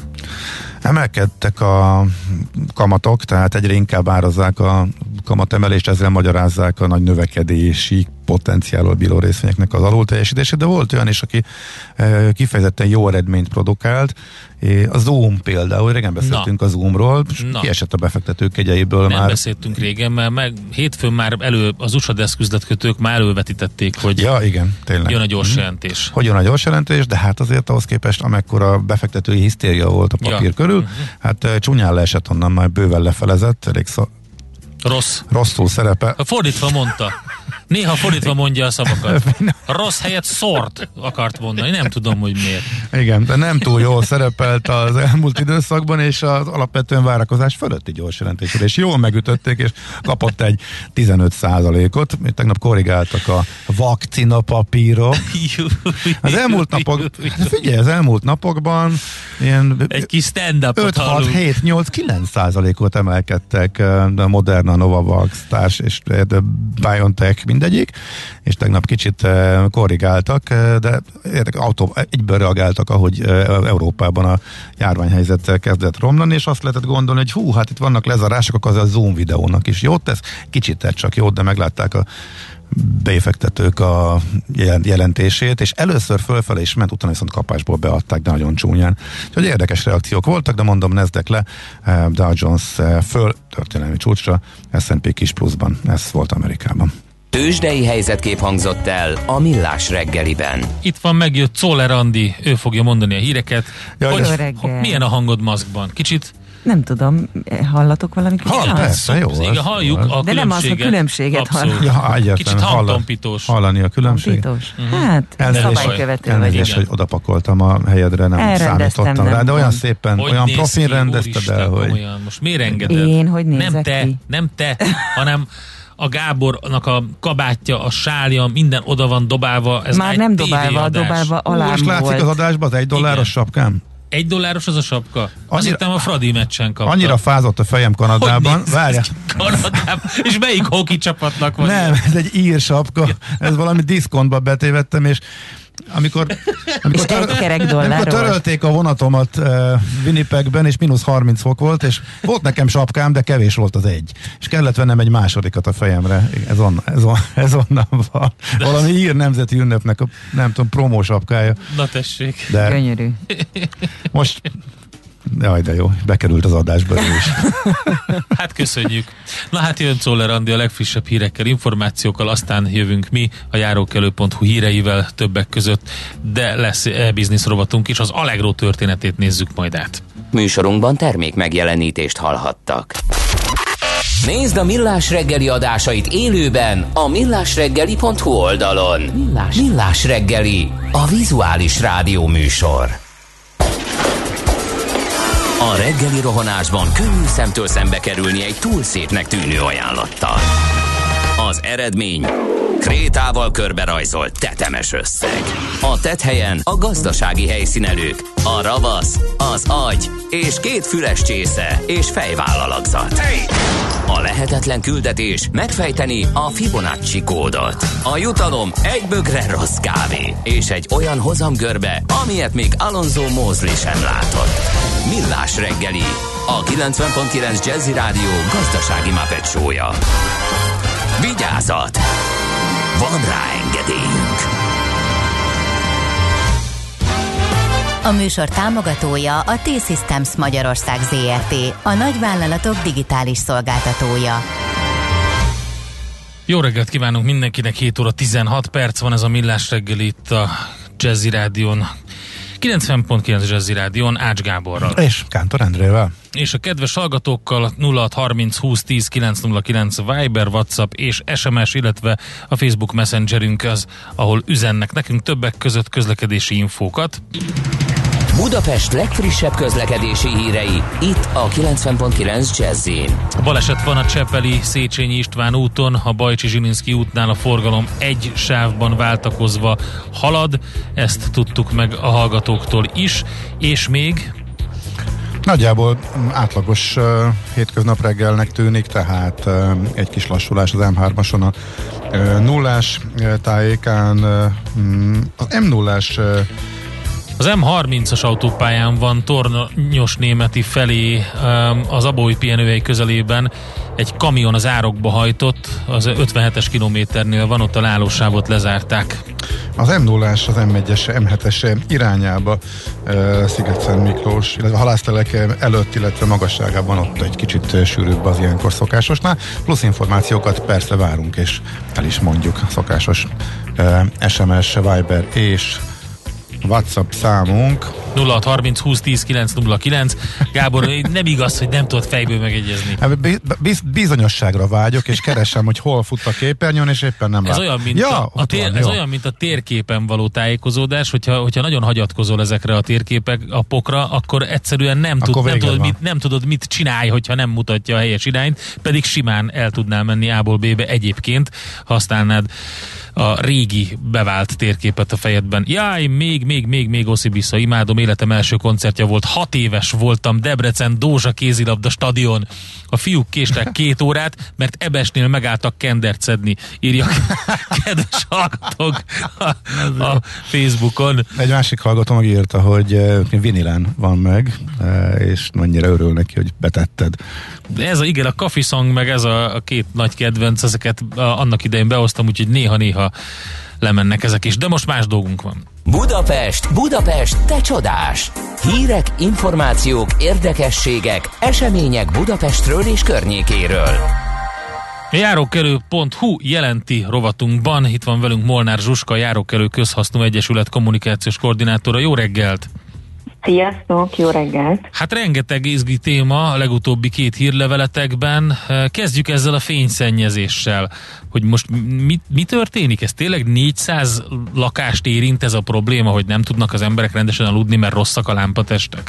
Emelkedtek a kamatok, tehát egyre inkább árazzák a kamatemelést, ezzel magyarázzák a nagy növekedési potenciálról bíró részvényeknek az alulteljesítését, de volt olyan is, aki e, kifejezetten jó eredményt produkált. A Zoom például, régen beszéltünk Na. a Zoomról, Na. kiesett a befektetők egyeiből. Nem már. beszéltünk régen, mert meg hétfőn már elő, az u es á deszküzletkötők már elővetítették, hogy ja, igen, tényleg. jön a gyors mm. jelentés. Hogy jön a gyors jelentés, de hát azért ahhoz képest, amekkora befektetői hisztéria volt a papír ja. körül, mm-hmm. hát csúnyán leesett onnan, már bőven lefelezett, elég szó... Rossz. Rosszul szerepel. Fordítva mondta. Néha fordítva mondja a szavakat. Rossz helyett szort akart mondani. Nem tudom, hogy miért. Igen, de nem túl jól szerepelt az elmúlt időszakban, és az alapvetően várakozás fölötti gyors jelentésre. És jól megütötték, és kapott egy tizenöt százalékot. Tegnap korrigáltak a vakcinapapírok. Az elmúlt napok, figyelj, az elmúlt napokban ilyen egy kis stand-upot öt, hat, hét, nyolc, kilenc százalékot emelkedtek a Moderna, Novavax, társ és BioNTech mindegyik, és tegnap kicsit korrigáltak, de autó, egyből reagáltak, ahogy Európában a járványhelyzet kezdett romlani, és azt lehetett gondolni, hogy hú, hát itt vannak lezárások, akkor az a Zoom videónak is jót tesz, kicsit tett csak jót, de meglátták a befektetők a jelentését, és először fölfele is ment, utána viszont kapásból beadták, de nagyon csúnyán. Úgyhogy érdekes reakciók voltak, de mondom, Nasdaq le, Dow Jones föl, történelmi csúcsra, es and pé kis pluszban, ez volt Amerikában. Tőzsdei helyzetkép hangzott el a Millás reggeliben. Itt van, megjött Czoller Andi, ő fogja mondani a híreket. Jaj, hogy, hogy milyen a hangod maszkban? Kicsit Nem tudom, hallatok valami kicsit? Hall, persze, jó. Igen, halljuk a de nem az, a különbséget hallani. Ja, kicsit hangtompítós. Hallani a különbséget. Uh-huh. Hát, szabálykövető vagy. Elnézést, hogy odapakoltam a helyedre, nem számítottam rá, de olyan szépen, hogy olyan profin rendezted el, hogy... Komolyan. Most miért engeded? Én, hogy nézek nem te, ki? Nem te, hanem a Gábornak a kabátja, a sálja, minden oda van dobálva. Ez már nem dobálva, dobálva alá volt. És látszik az adásban az egy dolláros sapkám? Egy dolláros az a sapka? Azt hittem a Fradi meccsen kapta. Annyira fázott a fejem Kanadában. Várjál. Kanadában? És melyik hoki csapatnak van? Nem, ez egy ír sapka. Ez valami diszkontba betévettem, és amikor, amikor, tör, amikor törölték a vonatomat uh, Winnipegben, és mínusz harminc fok volt, és volt nekem sapkám, de kevés volt az egy. És kellett vennem egy másodikat a fejemre. Ez, on, ez, on, ez onnan van. Valami ír nemzeti ünnepnek a, nem tudom, promó sapkája. Na tessék. De gyönyörű. Most jaj, de jó, bekerült az adásba is. Hát köszönjük. Na hát jön Czoller Andi a legfrissebb hírekkel, információkkal, aztán jövünk mi a járókelő pont hu híreivel többek között, de lesz e-business rovatunk is, az Allegro történetét nézzük majd át. Műsorunkban termék megjelenítést hallhattak. Nézd a Millás reggeli adásait élőben a millásreggeli pont hu oldalon. Millás, Millás reggeli, a vizuális rádió műsor. A reggeli rohanásban könnyű szemtől szembe kerülni egy túl szépnek tűnő ajánlattal. Az eredmény krétával körberajzolt tetemes összeg. A tetthelyen a gazdasági helyszínelők, a ravasz, az agy és két füles csésze és fejvállalakzat. A lehetetlen küldetés megfejteni a Fibonacci kódot. A jutalom egy bögre rossz kávé és egy olyan hozamgörbe, amilyet még Alonso Mosley sem látott. Millás reggeli, a kilencven pont kilenc Jazzy Rádió gazdasági Muppet show-ja. Vigyázat! Van rá engedélyünk! A műsor támogatója a T-Systems Magyarország zé er té, a nagyvállalatok digitális szolgáltatója. Jó reggelt kívánunk mindenkinek, hét óra tizenhat perc van, ez a Millás reggel itt a Jazzy Rádión. kilencven pont kilenc Jazzy Rádión Ács Gáborral. És Kántor Endrével. És a kedves hallgatókkal nulla hat harminc húsz tíz kilenc nulla kilenc Viber, WhatsApp és es em es, illetve a Facebook Messengerünk az, ahol üzennek nekünk többek között közlekedési infókat. Budapest legfrissebb közlekedési hírei, itt a kilencven pont kilenc Jazzyn. A baleset van a Csepeli Széchenyi István úton, a Bajcsi Zsilinszky útnál a forgalom egy sávban váltakozva halad, ezt tudtuk meg a hallgatóktól is, és még... Nagyjából átlagos uh, hétköznap reggelnek tűnik, tehát uh, egy kis lassulás az em hármason a uh, nullás uh, tájékán, uh, az em nullás uh, az em harmincas autópályán van Tornyos Németi felé az Abói pihenőhely közelében egy kamion az árokba hajtott, az ötvenhetes kilométernél van, ott a állósávot lezárták. Az em nullás, az em egyes, em hetes irányába uh, Sziget-Szent Miklós, illetve Halásztelek előtt, illetve magasságában ott egy kicsit sűrűbb az ilyenkor szokásosnál. Plusz információkat persze várunk, és el is mondjuk szokásos uh, es em es, Viber és WhatsApp számunk nulla hat harminc húsz tíz kilenc nulla kilenc. Gábor, nem igaz, hogy nem tudod fejből megegyezni. Biz, bizonyosságra vágyok, és keresem, hogy hol fut a képernyőn, és éppen nem ez látom. Olyan, mint ja, a, a tér, van, ez olyan, mint a térképen való tájékozódás, hogyha, hogyha nagyon hagyatkozol ezekre a térképek, a pokra, akkor egyszerűen nem, tud, nem, tudod, mit, nem tudod, mit csinálj, hogyha nem mutatja a helyes irányt, pedig simán el tudnál menni A-ból B-be egyébként, használnád a régi bevált térképet a fejedben. Jaj, még, még, még, még Oszi-Bissza, imádom, életem első koncertje volt, hat éves voltam, Debrecen Dózsa kézilabda stadion. A fiúk késtek két órát, mert Ebesnél megálltak kendert szedni, írja kedves hallgatók a, a Facebookon. Egy másik hallgató megírta, hogy vinilán van meg, és mennyire örül neki, hogy betetted. De ez a, igen, a Coffee Song, meg ez a, a két nagy kedvenc, ezeket a, annak idején behoztam, úgyhogy néha-néha lemennek ezek is, de most más dolgunk van. Budapest, Budapest, te csodás! Hírek, információk, érdekességek, események Budapestről és környékéről. A járókelő pont hu jelenti rovatunkban, itt van velünk Molnár Zsuska, Járókelő Közhasznú Egyesület kommunikációs koordinátora. Jó reggelt! Sziasztok, jó reggelt! Hát rengeteg izgi téma a legutóbbi két hírleveletekben. Kezdjük ezzel a fényszennyezéssel, hogy most mi, mi történik? Ez tényleg négyszáz lakást érint ez a probléma, hogy nem tudnak az emberek rendesen aludni, mert rosszak a lámpatestek?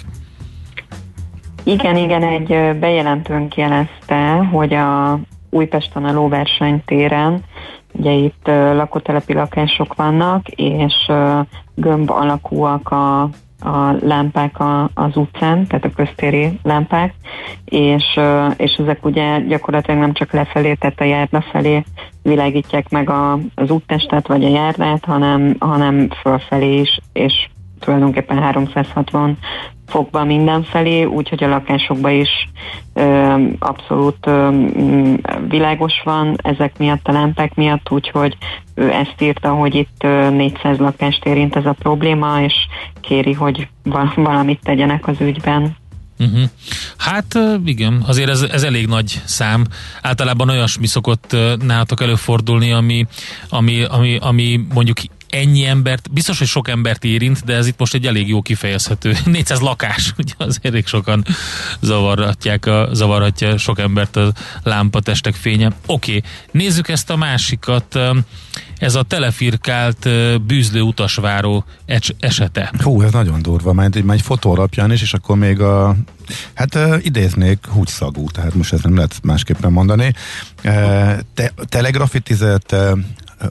Igen, igen, egy bejelentőnk jelezte, hogy a Újpesten a Lóversenytéren, ugye itt lakótelepi lakások vannak, és gömb alakúak a, a lámpák a, az utcán, tehát a köztéri lámpák, és, és ezek ugye gyakorlatilag nem csak lefelé, tehát a járda felé világítják meg a, az úttestet vagy a járdát, hanem, hanem fölfelé is, és tulajdonképpen háromszázhatvan fokban mindenfelé, úgyhogy a lakásokban is ö, abszolút ö, világos van ezek miatt, a lámpák miatt, úgyhogy ő ezt írta, hogy itt ö, négyszáz lakást érint ez a probléma, és kéri, hogy valamit tegyenek az ügyben. Uh-huh. Hát igen, azért ez, ez elég nagy szám. Általában olyasmi szokott nálatok előfordulni, ami, ami, ami, ami mondjuk ennyi embert, biztos, hogy sok embert érint, de ez itt most egy elég jó kifejezhető. négyszáz lakás, ugye az elég sokan zavarhatják a, zavarhatja sok embert a lámpatestek fénye. Oké, okay, nézzük ezt a másikat. Ez a telefirkált bűzlő utasváró esete. Hú, ez nagyon durva, már egy, már egy fotó alapján is, és akkor még a, hát uh, idéznék húgyszagú, tehát most ezt nem lehet másképpen mondani. Uh, te, telegrafitizett, uh,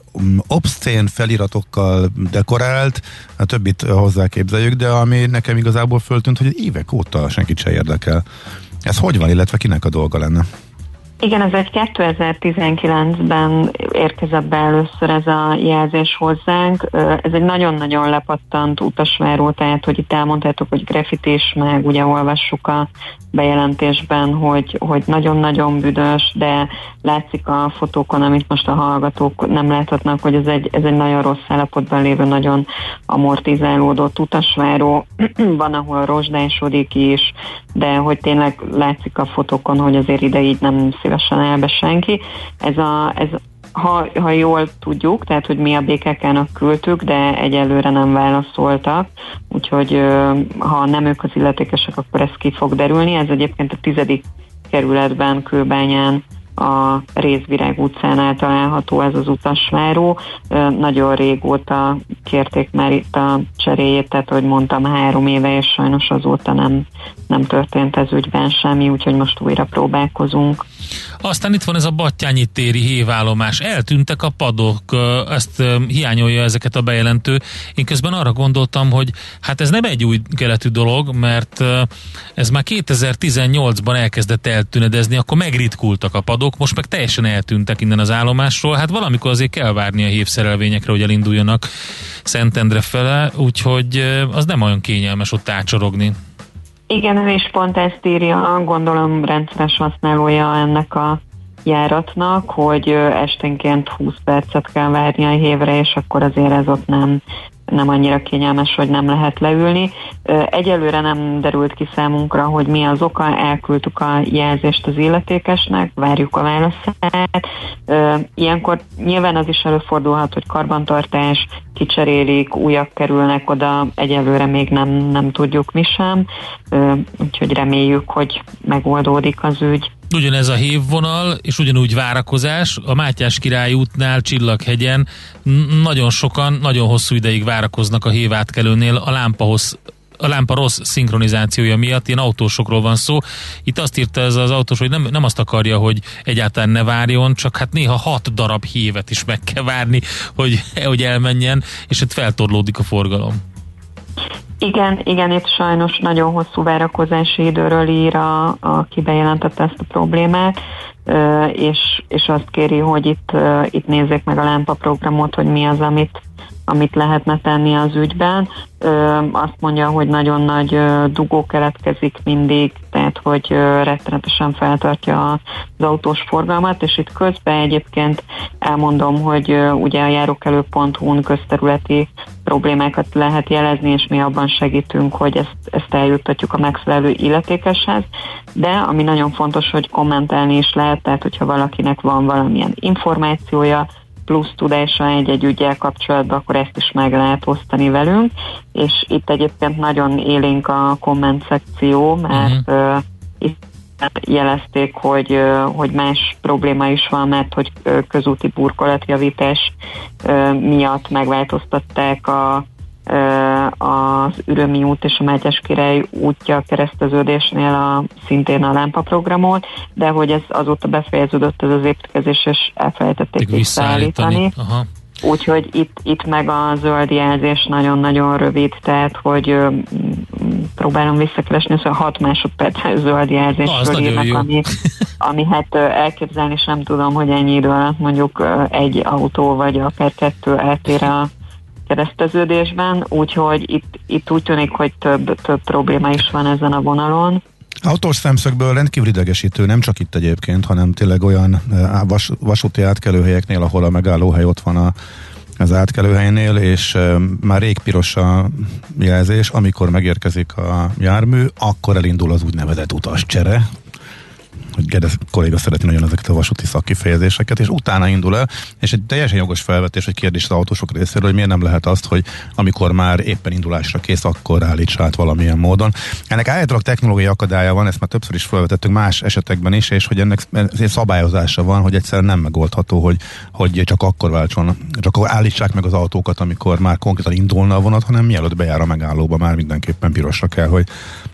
obszcén feliratokkal dekorált, a többit hozzá képzeljük, de ami nekem igazából föltűnt, hogy évek óta senkit se érdekel. Ez hogy van, illetve kinek a dolga lenne? Igen, ez egy kétezer-tizenkilencben érkezett be először ez a jelzés hozzánk. Ez egy nagyon-nagyon lepattant utasváró, tehát hogy itt elmondtátok, hogy grafitis, meg ugye olvassuk a bejelentésben, hogy, hogy nagyon-nagyon büdös, de látszik a fotókon, amit most a hallgatók nem láthatnak, hogy ez egy, ez egy nagyon rossz állapotban lévő, nagyon amortizálódott utasváró. Van, ahol rozsdásodik is, de hogy tényleg látszik a fotókon, hogy azért ide így nem szívesen áll be senki. Ez a, ez, ha, ha jól tudjuk, tehát hogy mi a bé ká ká-nak küldtük, de egyelőre nem válaszoltak, úgyhogy ha nem ők az illetékesek, akkor ez ki fog derülni. Ez egyébként a tizedik kerületben, Kőbányán, a Részvirág utcánál található ez az utasváró. Nagyon régóta kérték már itt a cseréjét, tehát hogy mondtam, három éve, és sajnos azóta nem, nem történt ez ügyben semmi, úgyhogy most újra próbálkozunk. Aztán itt van ez a Battyányi téri hévállomás. Eltűntek a padok, ezt hiányolja ezeket a bejelentő. Én közben arra gondoltam, hogy hát ez nem egy új keletű dolog, mert ez már kétezer-tizennyolcban elkezdett eltűnedezni, akkor megritkultak a padok, most meg teljesen eltűntek innen az állomásról. Hát valamikor azért kell várni a hévszerelvényekre, hogy elinduljanak Szentendre fele, úgyhogy az nem olyan kényelmes ott átcsorogni. Igen, ő is pont ezt írja, gondolom rendszeres használója ennek a járatnak, hogy esténként húsz percet kell várni a hévre, és akkor azért ez ott nem, nem annyira kényelmes, hogy nem lehet leülni. Egyelőre nem derült ki számunkra, hogy mi az oka, elküldtük a jelzést az illetékesnek, várjuk a válaszát. Ilyenkor nyilván az is előfordulhat, hogy karbantartás, kicserélik, újak kerülnek oda, egyelőre még nem, nem tudjuk mi sem, úgyhogy reméljük, hogy megoldódik az ügy. Ugyanez a hévvonal, és ugyanúgy várakozás. A Mátyás Király útnál, Csillaghegyen nagyon sokan, nagyon hosszú ideig várakoznak a hévátkelőnél a lámpahoz, a lámpa rossz szinkronizációja miatt, ilyen autósokról van szó. Itt azt írta ez az autós, hogy nem, nem azt akarja, hogy egyáltalán ne várjon, csak hát néha hat darab hévet is meg kell várni, hogy, hogy elmenjen, és itt feltorlódik a forgalom. Igen, igen, itt sajnos nagyon hosszú várakozási időről ír, a, aki bejelentette ezt a problémát, és, és azt kéri, hogy itt, itt nézzék meg a lámpaprogramot, hogy mi az, amit, amit lehetne tenni az ügyben. Azt mondja, hogy nagyon nagy dugó keletkezik mindig, tehát hogy rettenetesen feltartja az autós forgalmat, és itt közben egyébként elmondom, hogy ugye a járókelő pont hu-n közterületi problémákat lehet jelezni, és mi abban segítünk, hogy ezt, ezt eljuttatjuk a megfelelő illetékeshez, de ami nagyon fontos, hogy kommentálni is lehet, tehát hogyha valakinek van valamilyen információja, plusz tudása egy-egy ügyel kapcsolatban, akkor ezt is meg lehet osztani velünk, és itt egyébként nagyon élénk a komment szekció, mert uh-huh. uh, itt jelezték, hogy, uh, hogy más probléma is van, mert hogy uh, közúti burkolatjavítás uh, miatt megváltoztatták a az Ürömi út és a Mátyás Király útja kereszteződésnél a, szintén a lámpaprogramot, de hogy ez azóta befejeződött ez az építkezés, és elfelejtették visszaállítani. Úgyhogy itt, itt meg a zöld jelzés nagyon-nagyon rövid, tehát hogy ö, próbálom visszakeresni, szóval hat másodperc zöld jelzésről írnak, ami, ami hát ö, elképzelni sem tudom, hogy ennyi idő alatt mondjuk ö, egy autó vagy akár kettő eltér a kereszteződésben, úgyhogy itt, itt úgy tűnik, hogy több, több probléma is van ezen a vonalon. Autós szemszögből rendkívül idegesítő, nem csak itt egyébként, hanem tényleg olyan vas, vasúti átkelőhelyeknél, ahol a megállóhely ott van a, az átkelőhelynél, és e, már rég piros a jelzés, amikor megérkezik a jármű, akkor elindul az úgynevezett utascsere, hogy Gedesz kolléga szereti nagyon ezeket a vasúti szakkifejezéseket, és utána indul el, és egy teljesen jogos felvetés, hogy kérdés az autósok részéről, hogy miért nem lehet azt, hogy amikor már éppen indulásra kész, akkor állítsa át valamilyen módon. Ennek állítólag technológiai akadálya van, ezt már többször is felvetettünk más esetekben is, és hogy ennek szabályozása van, hogy egyszerűen nem megoldható, hogy, hogy csak akkor váltson, csak akkor állítsák meg az autókat, amikor már konkrétan indulna a vonat, hanem mielőtt bejár a megállóba, már mindenképpen pirosra kell, hogy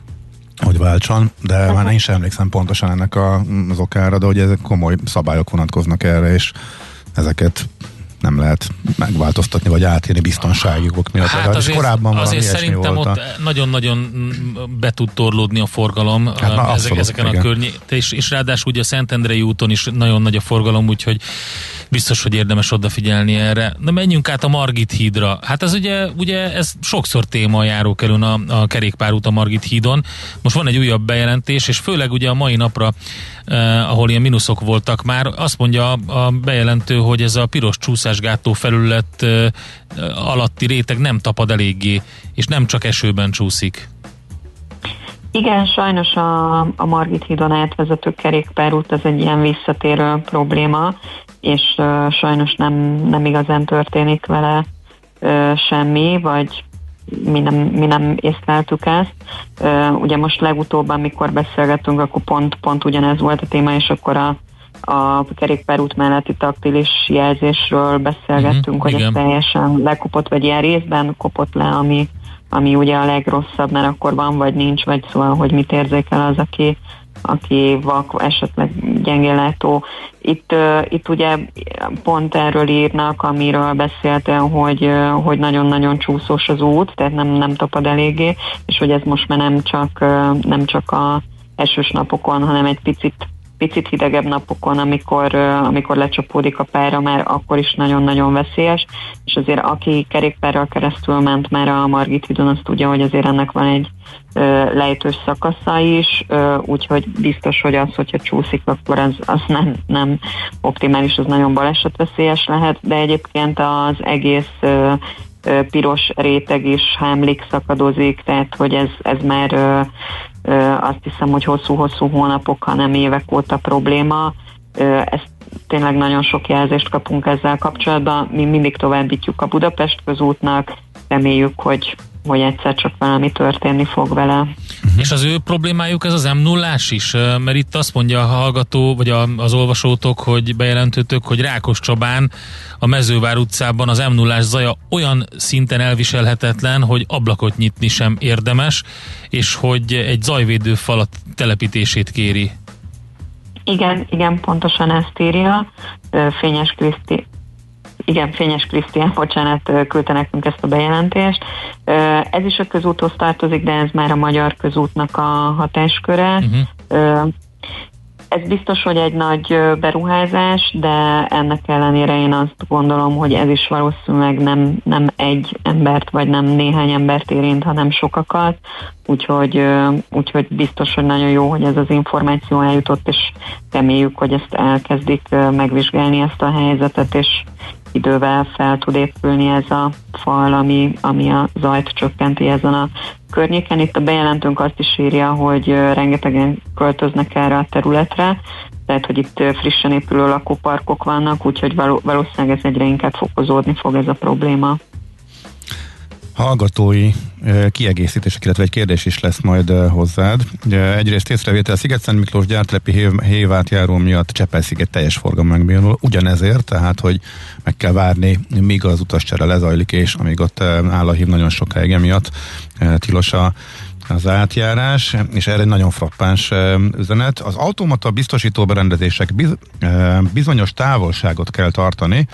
hogy váltson, de uh-huh. már én sem emlékszem pontosan ennek a, az okára, de hogy ezek komoly szabályok vonatkoznak erre, és ezeket nem lehet megváltoztatni, vagy átírni biztonságuk miatt. Hát azért, korábban azért szerintem ott nagyon-nagyon be tud torlódni a forgalom hát, ezek, abszolút, ezeken igen. a környéken, és, és ráadásul ugye a Szentendrei úton is nagyon nagy a forgalom, úgyhogy biztos, hogy érdemes odafigyelni erre. De menjünk át a Margit hídra. Hát ez ugye, ugye ez sokszor téma a járókelőn a, a kerékpárút a Margit hídon. Most van egy újabb bejelentés, és főleg ugye a mai napra, eh, ahol ilyen mínuszok voltak már, azt mondja a, a bejelentő, hogy ez a piros csúszásgátló felület eh, alatti réteg nem tapad eléggé, és nem csak esőben csúszik. Igen, sajnos a, a Margit hídon átvezető kerékpárút ez egy ilyen visszatérő probléma, és uh, sajnos nem, nem igazán történik vele uh, semmi, vagy mi nem, mi nem észleltük ezt. Uh, ugye most legutóbb, amikor beszélgettünk, akkor pont, pont ugyanez volt a téma, és akkor a, a kerékpárút melletti taktilis jelzésről beszélgettünk, mm-hmm, hogy igen. ez teljesen lekopott, vagy ilyen részben kopott le, ami, ami ugye a legrosszabb, mert akkor van, vagy nincs, vagy szóval, hogy mit érzékel az, aki aki vak, esetleg gyengéllátó. Itt, uh, itt ugye pont erről írnak, amiről beszéltem, hogy, uh, hogy nagyon-nagyon csúszós az út, tehát nem, nem tapad eléggé, és hogy ez most már nem csak, uh, nem csak a esős napokon, hanem egy picit, picit hidegebb napokon, amikor, uh, amikor lecsapódik a pára, már akkor is nagyon-nagyon veszélyes, és azért aki kerékpárral keresztül ment már a Margit hídon, azt tudja, hogy azért ennek van egy uh, lejtős szakasza is, uh, úgyhogy biztos, hogy az, hogyha csúszik, akkor az, az nem, nem optimális, az nagyon balesetveszélyes lehet, de egyébként az egész uh, uh, piros réteg is hámlik, szakadozik, tehát hogy ez, ez már uh, uh, azt hiszem, hogy hosszú-hosszú hónapok, hanem évek óta probléma. Uh, ezt tényleg nagyon sok jelzést kapunk ezzel kapcsolatban, mi mindig továbbítjuk a Budapest közútnak, reméljük, hogy hogy egyszer csak valami történni fog vele. Uh-huh. És az ő problémájuk ez az em nullás is? Mert itt azt mondja a hallgató, vagy a, az olvasótok, hogy bejelentőtök, hogy Rákoscsabán a Mezővár utcában az em nullás zaja olyan szinten elviselhetetlen, hogy ablakot nyitni sem érdemes, és hogy egy zajvédő falat telepítését kéri. Igen, igen, pontosan ezt írja. Fényes Kriszti Igen, Fényes Krisztián, bocsánat, küldte nekünk ezt a bejelentést. Ez is a közúthoz tartozik, de ez már a Magyar Közútnak a hatásköre. Uh-huh. Ez biztos, hogy egy nagy beruházás, de ennek ellenére én azt gondolom, hogy ez is valószínűleg nem, nem egy embert, vagy nem néhány embert érint, hanem sokakat. Úgyhogy, úgyhogy biztos, hogy nagyon jó, hogy ez az információ eljutott, és reméljük, hogy ezt elkezdik megvizsgálni ezt a helyzetet, és idővel fel tud épülni ez a fal, ami, ami a zajt csökkenti ezen a környéken. Itt a bejelentőnk azt is írja, hogy rengetegen költöznek erre a területre, tehát, hogy itt frissen épülő lakóparkok vannak, úgyhogy valószínűleg ez egyre inkább fokozódni fog ez a probléma. Hallgatói kiegészítések, illetve egy kérdés is lesz majd hozzád. Egyrészt észrevétel, Sziget-Szent Miklós gyártelepi hévátjáró miatt Csepel-sziget teljes forgalom megbénul. Ugyanezért, tehát, hogy meg kell várni, míg az utascsere lezajlik, és amíg ott áll a hív nagyon sokáig, emiatt tilos a az átjárás, és erre egy nagyon frappáns üzenet. Az automata biztosító berendezések biz, bizonyos távolságot kell tartani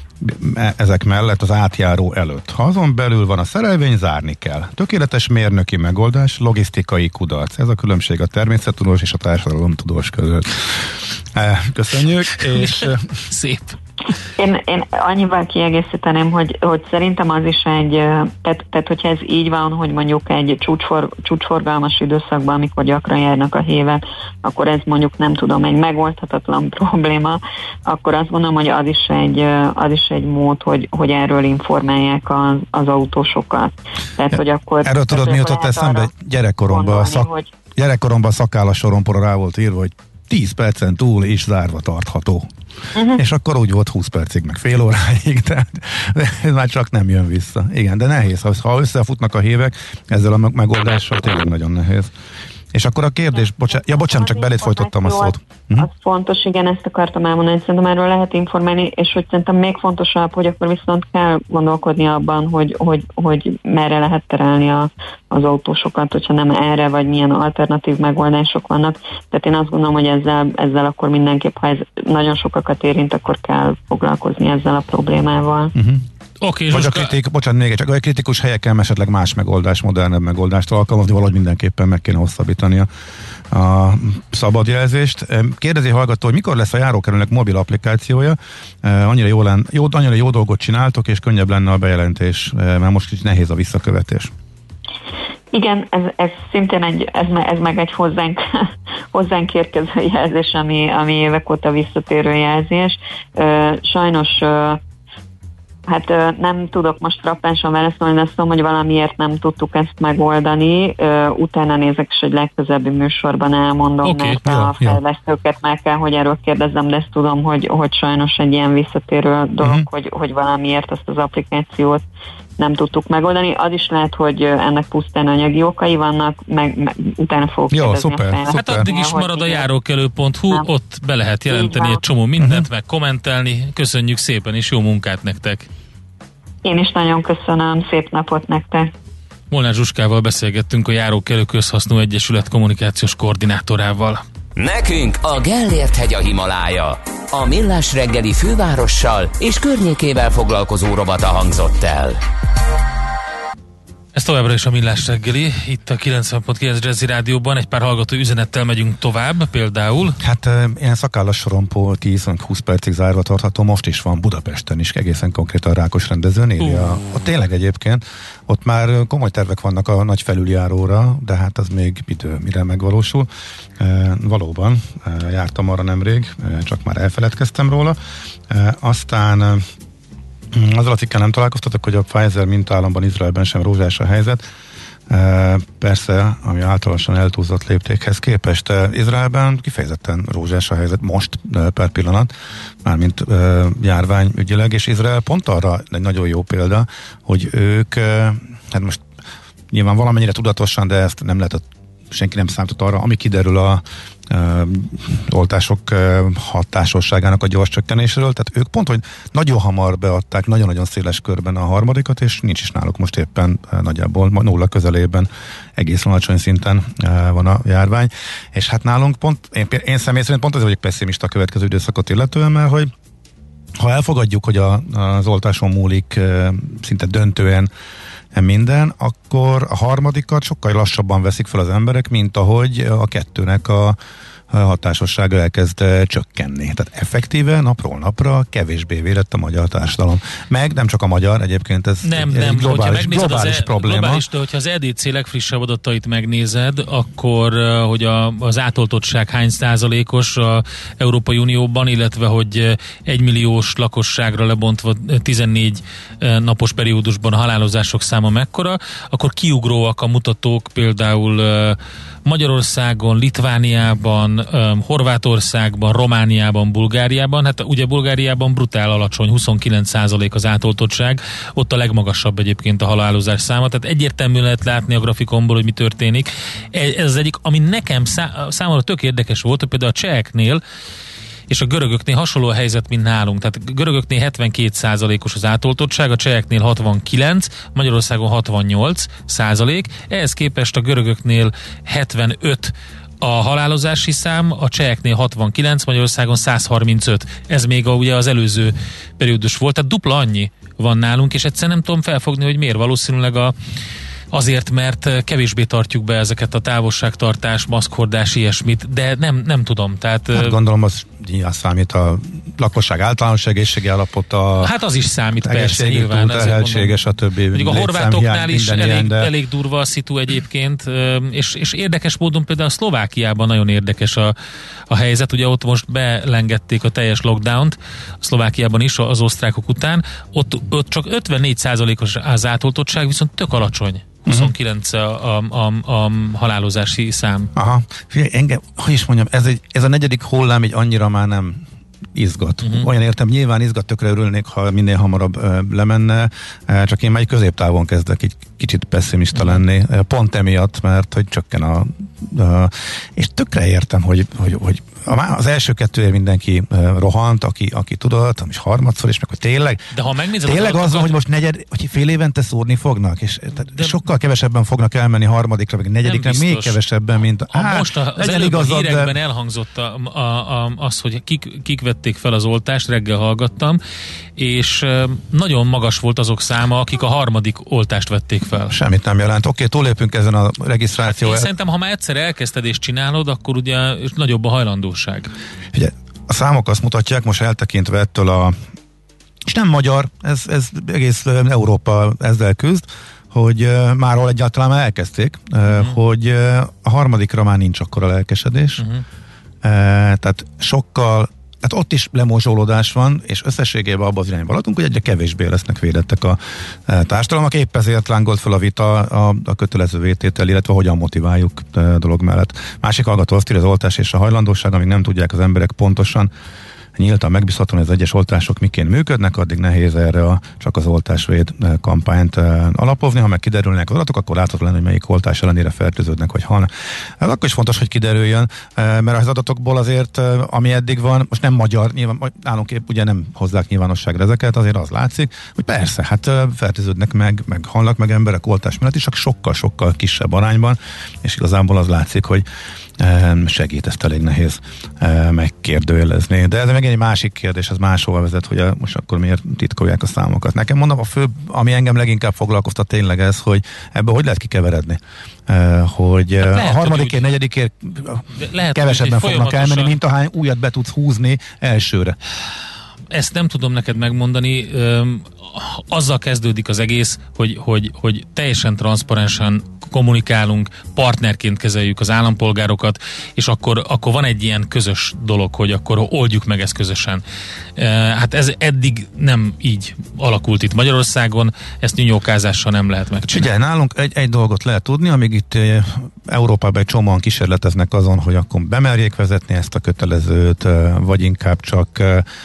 ezek mellett az átjáró előtt. Ha azon belül van a szerelvény, zárni kell. Tökéletes mérnöki megoldás, logisztikai kudarc. Ez a különbség a természettudós és a társadalomtudós között. Köszönjük, és szép. Én, én annyival kiegészíteném, hogy, hogy szerintem az is egy, tehát, tehát hogyha ez így van, hogy mondjuk egy csúcsfor, csúcsforgalmas időszakban, amikor gyakran járnak a hévek, akkor ez mondjuk nem tudom, egy megoldhatatlan probléma, akkor azt gondolom, hogy az is egy, az is egy mód, hogy, hogy erről informálják az, az autósokat. Tehát, hogy akkor... Erről tudod, mi jutott eszembe? Gyerekkoromban a, szak, hogy... gyerekkoromban a szakállas sorompora rá volt írva, hogy tíz percen túl is zárva tartható. Uh-huh. És akkor úgy volt húsz percig, meg fél óráig, tehát ez már csak nem jön vissza. Igen, de nehéz, ha összefutnak a hévek, ezzel a megoldással tényleg nagyon nehéz. És akkor a kérdés, bocsánat, ja bocsánat, csak belét folytottam a szót. Uh-huh. Az fontos, igen, ezt akartam elmondani, szerintem erről lehet informálni, és hogy szerintem még fontosabb, hogy akkor viszont kell gondolkodni abban, hogy, hogy, hogy merre lehet terelni a, az autósokat, hogyha nem erre, vagy milyen alternatív megoldások vannak. Tehát én azt gondolom, hogy ezzel, ezzel akkor mindenképp, ha ez nagyon sokakat érint, akkor kell foglalkozni ezzel a problémával. Uh-huh. Okay, vagy a kritik, bocsánat, még csak a kritikus helyeken esetleg más megoldás, modernebb megoldást alkalmazni, valahogy mindenképpen meg kéne hosszabbítani a, a szabadjelzést. Kérdezi hallgató, hogy mikor lesz a járókelőnek mobil applikációja, annyira jó, lenne, jó, annyira jó dolgot csináltok, és könnyebb lenne a bejelentés, mert most kicsit nehéz a visszakövetés. Igen, ez, ez szintén egy, ez, ez meg egy hozzánk, hozzánk érkező jelzés, ami, ami évek óta visszatérő jelzés. Sajnos hát nem tudok most frappánsan válaszolni, de azt mondom, hogy valamiért nem tudtuk ezt megoldani. Utána nézek, és egy legközelebbi műsorban elmondom, okay, mert ja, a fejlesztőket meg kell, hogy erről kérdezzem, de ezt tudom, hogy, hogy sajnos egy ilyen visszatérő dolog, uh-huh. hogy, hogy valamiért azt az applikációt nem tudtuk megoldani. Az is lehet, hogy ennek pusztán anyagi okai vannak, meg, meg utána fogok jó, kérdezni. Szuper, a hát addig is marad a járókelő pont hu, ott be lehet jelenteni egy csomó mindent, uh-huh. meg kommentelni. Köszönjük szépen, és jó munkát nektek! Én is nagyon köszönöm, szép napot nektek! Molnár Zsuskával beszélgettünk, a Járókelő Közhasznú Egyesület kommunikációs koordinátorával. Nekünk a Gellért hegy a Himalája. A Millás reggeli fővárossal és környékével foglalkozó rovata hangzott el. Ez továbbra is a Millás reggeli, itt a kilencven pont kilenc Jazzy Rádióban, egy pár hallgató üzenettel megyünk tovább, például. Hát ilyen szakállas sorompó tíz-húsz percig zárva tartható, most is van Budapesten is, egészen konkrétan a Rákos rendezőnél. Uh. Ott tényleg egyébként, ott már komoly tervek vannak a nagy felüljáróra, de hát az még idő, mire megvalósul. E, valóban, e, jártam arra nemrég, e, csak már elfeledkeztem róla. E, aztán azzal a cikkel nem találkoztatok, hogy a Pfizer mintállamban, Izraelben sem rózsás a helyzet. E, persze, ami általánosan eltúlzott léptékhez képest. E, Izraelben kifejezetten rózsás a helyzet most e, per pillanat, mármint e, járványügyileg, és Izrael pont arra egy nagyon jó példa, hogy ők, e, hát most nyilván valamennyire tudatosan, de ezt nem lehet, senki nem számított arra, ami kiderül a Uh, oltások uh, hatásosságának a gyors csökkenésről, tehát ők pont, hogy nagyon hamar beadták, nagyon-nagyon széles körben a harmadikat, és nincs is náluk most éppen uh, nagyjából nulla közelében, egész alacsony szinten uh, van a járvány, és hát nálunk pont, én, én személy szerint pont azért vagyok pessimista a következő időszakot illetően, mert hogy ha elfogadjuk, hogy a, az oltáson múlik uh, szinte döntően minden, akkor a harmadikat sokkal lassabban veszik fel az emberek, mint ahogy a kettőnek a hatásossága elkezd csökkenni. Tehát effektíve napról napra kevésbé védett a magyar társadalom. Meg nem csak a magyar, egyébként ez nem, egy, nem, egy globális, globális az probléma. Globális, de hogyha az é dé cé legfrissebb adatait megnézed, akkor hogy a, az átoltottság hány százalékos a Európai Unióban, illetve hogy egymilliós lakosságra lebontva tizennégy napos periódusban a halálozások száma mekkora, akkor kiugróak a mutatók például Magyarországon, Litvániában, Horvátországban, Romániában, Bulgáriában. Hát ugye Bulgáriában brutál alacsony, huszonkilenc százalék az átoltottság, ott a legmagasabb egyébként a halálozás száma, tehát egyértelműen lehet látni a grafikonból, hogy mi történik. Ez az egyik, ami nekem szá- számomra tök érdekes volt, hogy például a cseheknél és a görögöknél hasonló a helyzet, mint nálunk. Tehát a görögöknél hetvenkét százalékos az átoltottság, a cseheknél hatvankilenc, Magyarországon hatvannyolc százalék. Ehhez képest a görögöknél hetvenöt a halálozási szám, a cseheknél hatvankilenc, Magyarországon száz harmincöt. Ez még a, ugye az előző periódus volt, tehát dupla annyi van nálunk, és egyszer nem tudom felfogni, hogy miért. Valószínűleg a azért, mert kevésbé tartjuk be ezeket a távolságtartás, maszkhordás, ilyesmit, de nem, nem tudom. Tehát, hát gondolom, az nyilván számít a lakosság általános egészségi állapota. Hát az is számít, persze, nyilván. Terheltsége, stb. Mondjuk a horvátoknál is elég, ilyen, de... elég durva a szitu egyébként, és, és érdekes módon például a Szlovákiában nagyon érdekes a, a helyzet. Ugye ott most belengedték a teljes lockdownt, a Szlovákiában is az osztrákok után. Ott, ott csak ötvennégy százalékos az átoltottság, viszont tök alacsony. huszonkilenc a, a, a, a halálozási szám. Aha. Figyelj, engem, hogy is mondjam, ez, egy, ez a negyedik hullám így annyira már nem izgat. Uh-huh. Olyan értem, nyilván izgat, tökre örülnék, ha minél hamarabb ö, lemenne, e, csak én már egy középtávon kezdek egy kicsit pessimista uh-huh. lenni, e, pont emiatt, mert hogy csökken a, a és tökre értem, hogy, hogy, hogy az első kettőért mindenki uh, rohant, aki, aki tudott, és harmadszor is, meg hogy tényleg, de ha megnézed tényleg az, az van, hogy most negyed, hogy fél évente szórni fognak, és de, sokkal kevesebben fognak elmenni harmadikra, meg negyedikre, még kevesebben, mint ha hát, most az előbb igazad, a hírekben de... elhangzott a, a, a, az, hogy kik, kik vették fel az oltást, reggel hallgattam, és uh, nagyon magas volt azok száma, akik a harmadik oltást vették fel. Semmit nem jelent. Oké, túlépünk ezen a regisztráció. Hát én szerintem, ha már egyszer elkezdted és csinálod, akkor ugye nagyobb a hajlandó. Ugye, a számok azt mutatják, most eltekintve ettől a, és nem magyar, ez, ez egész Európa ezzel küzd, hogy uh, már egyáltalán már elkezdték, uh, uh-huh. hogy uh, a harmadikra már nincs akkora lelkesedés, uh-huh. uh, tehát sokkal, tehát ott is lemozsolódás van, és összességében abban az irányba haladunk, hogy egyre kevésbé lesznek védettek a e, társadalmak. Épp ezért lángolt fel a vita a, a kötelező vététel, illetve hogyan motiváljuk e, dolog mellett. Másik hallgató azt írja, az oltás és a hajlandóság, amíg nem tudják az emberek pontosan, nyíltan megbízhatóan, hogy az egyes oltások miként működnek, addig nehéz erre a csak az oltásvéd kampányt alapozni. Ha meg kiderülnek az adatok, akkor látható lenne, hogy melyik oltás ellenére fertőződnek, vagy halnak. Ez akkor is fontos, hogy kiderüljön, mert az adatokból azért, ami eddig van, most nem magyar, nyilván, nálunk épp ugye nem hozzák nyilvánosságra ezeket, azért az látszik, hogy persze, hát fertőződnek meg, meg halnak meg emberek oltás mellett is, csak sokkal-sokkal kisebb arányban, és igazából az látszik, hogy segít, ezt elég nehéz megkérdőjelezni. De ez meg egy másik kérdés, az máshova vezet, hogy a, most akkor miért titkolják a számokat. Nekem mondom, a fő, ami engem leginkább foglalkoztat tényleg ez, hogy ebből hogy lehet kikeveredni. Hogy hát lehet, a harmadikért, negyedikért kevesebben fognak elmenni, mint ahány újat be tudsz húzni elsőre. Ezt nem tudom neked megmondani. Azzal kezdődik az egész, hogy, hogy, hogy teljesen transzparensen kommunikálunk, partnerként kezeljük az állampolgárokat, és akkor, akkor van egy ilyen közös dolog, hogy akkor oldjuk meg ezt közösen. Hát ez eddig nem így alakult itt Magyarországon, ezt nyújjókázással nem lehet megcsinálni. Ugye, nálunk egy, egy dolgot lehet tudni, amíg itt Európában egy csomóan kísérleteznek azon, hogy akkor bemerjék vezetni ezt a kötelezőt, vagy inkább csak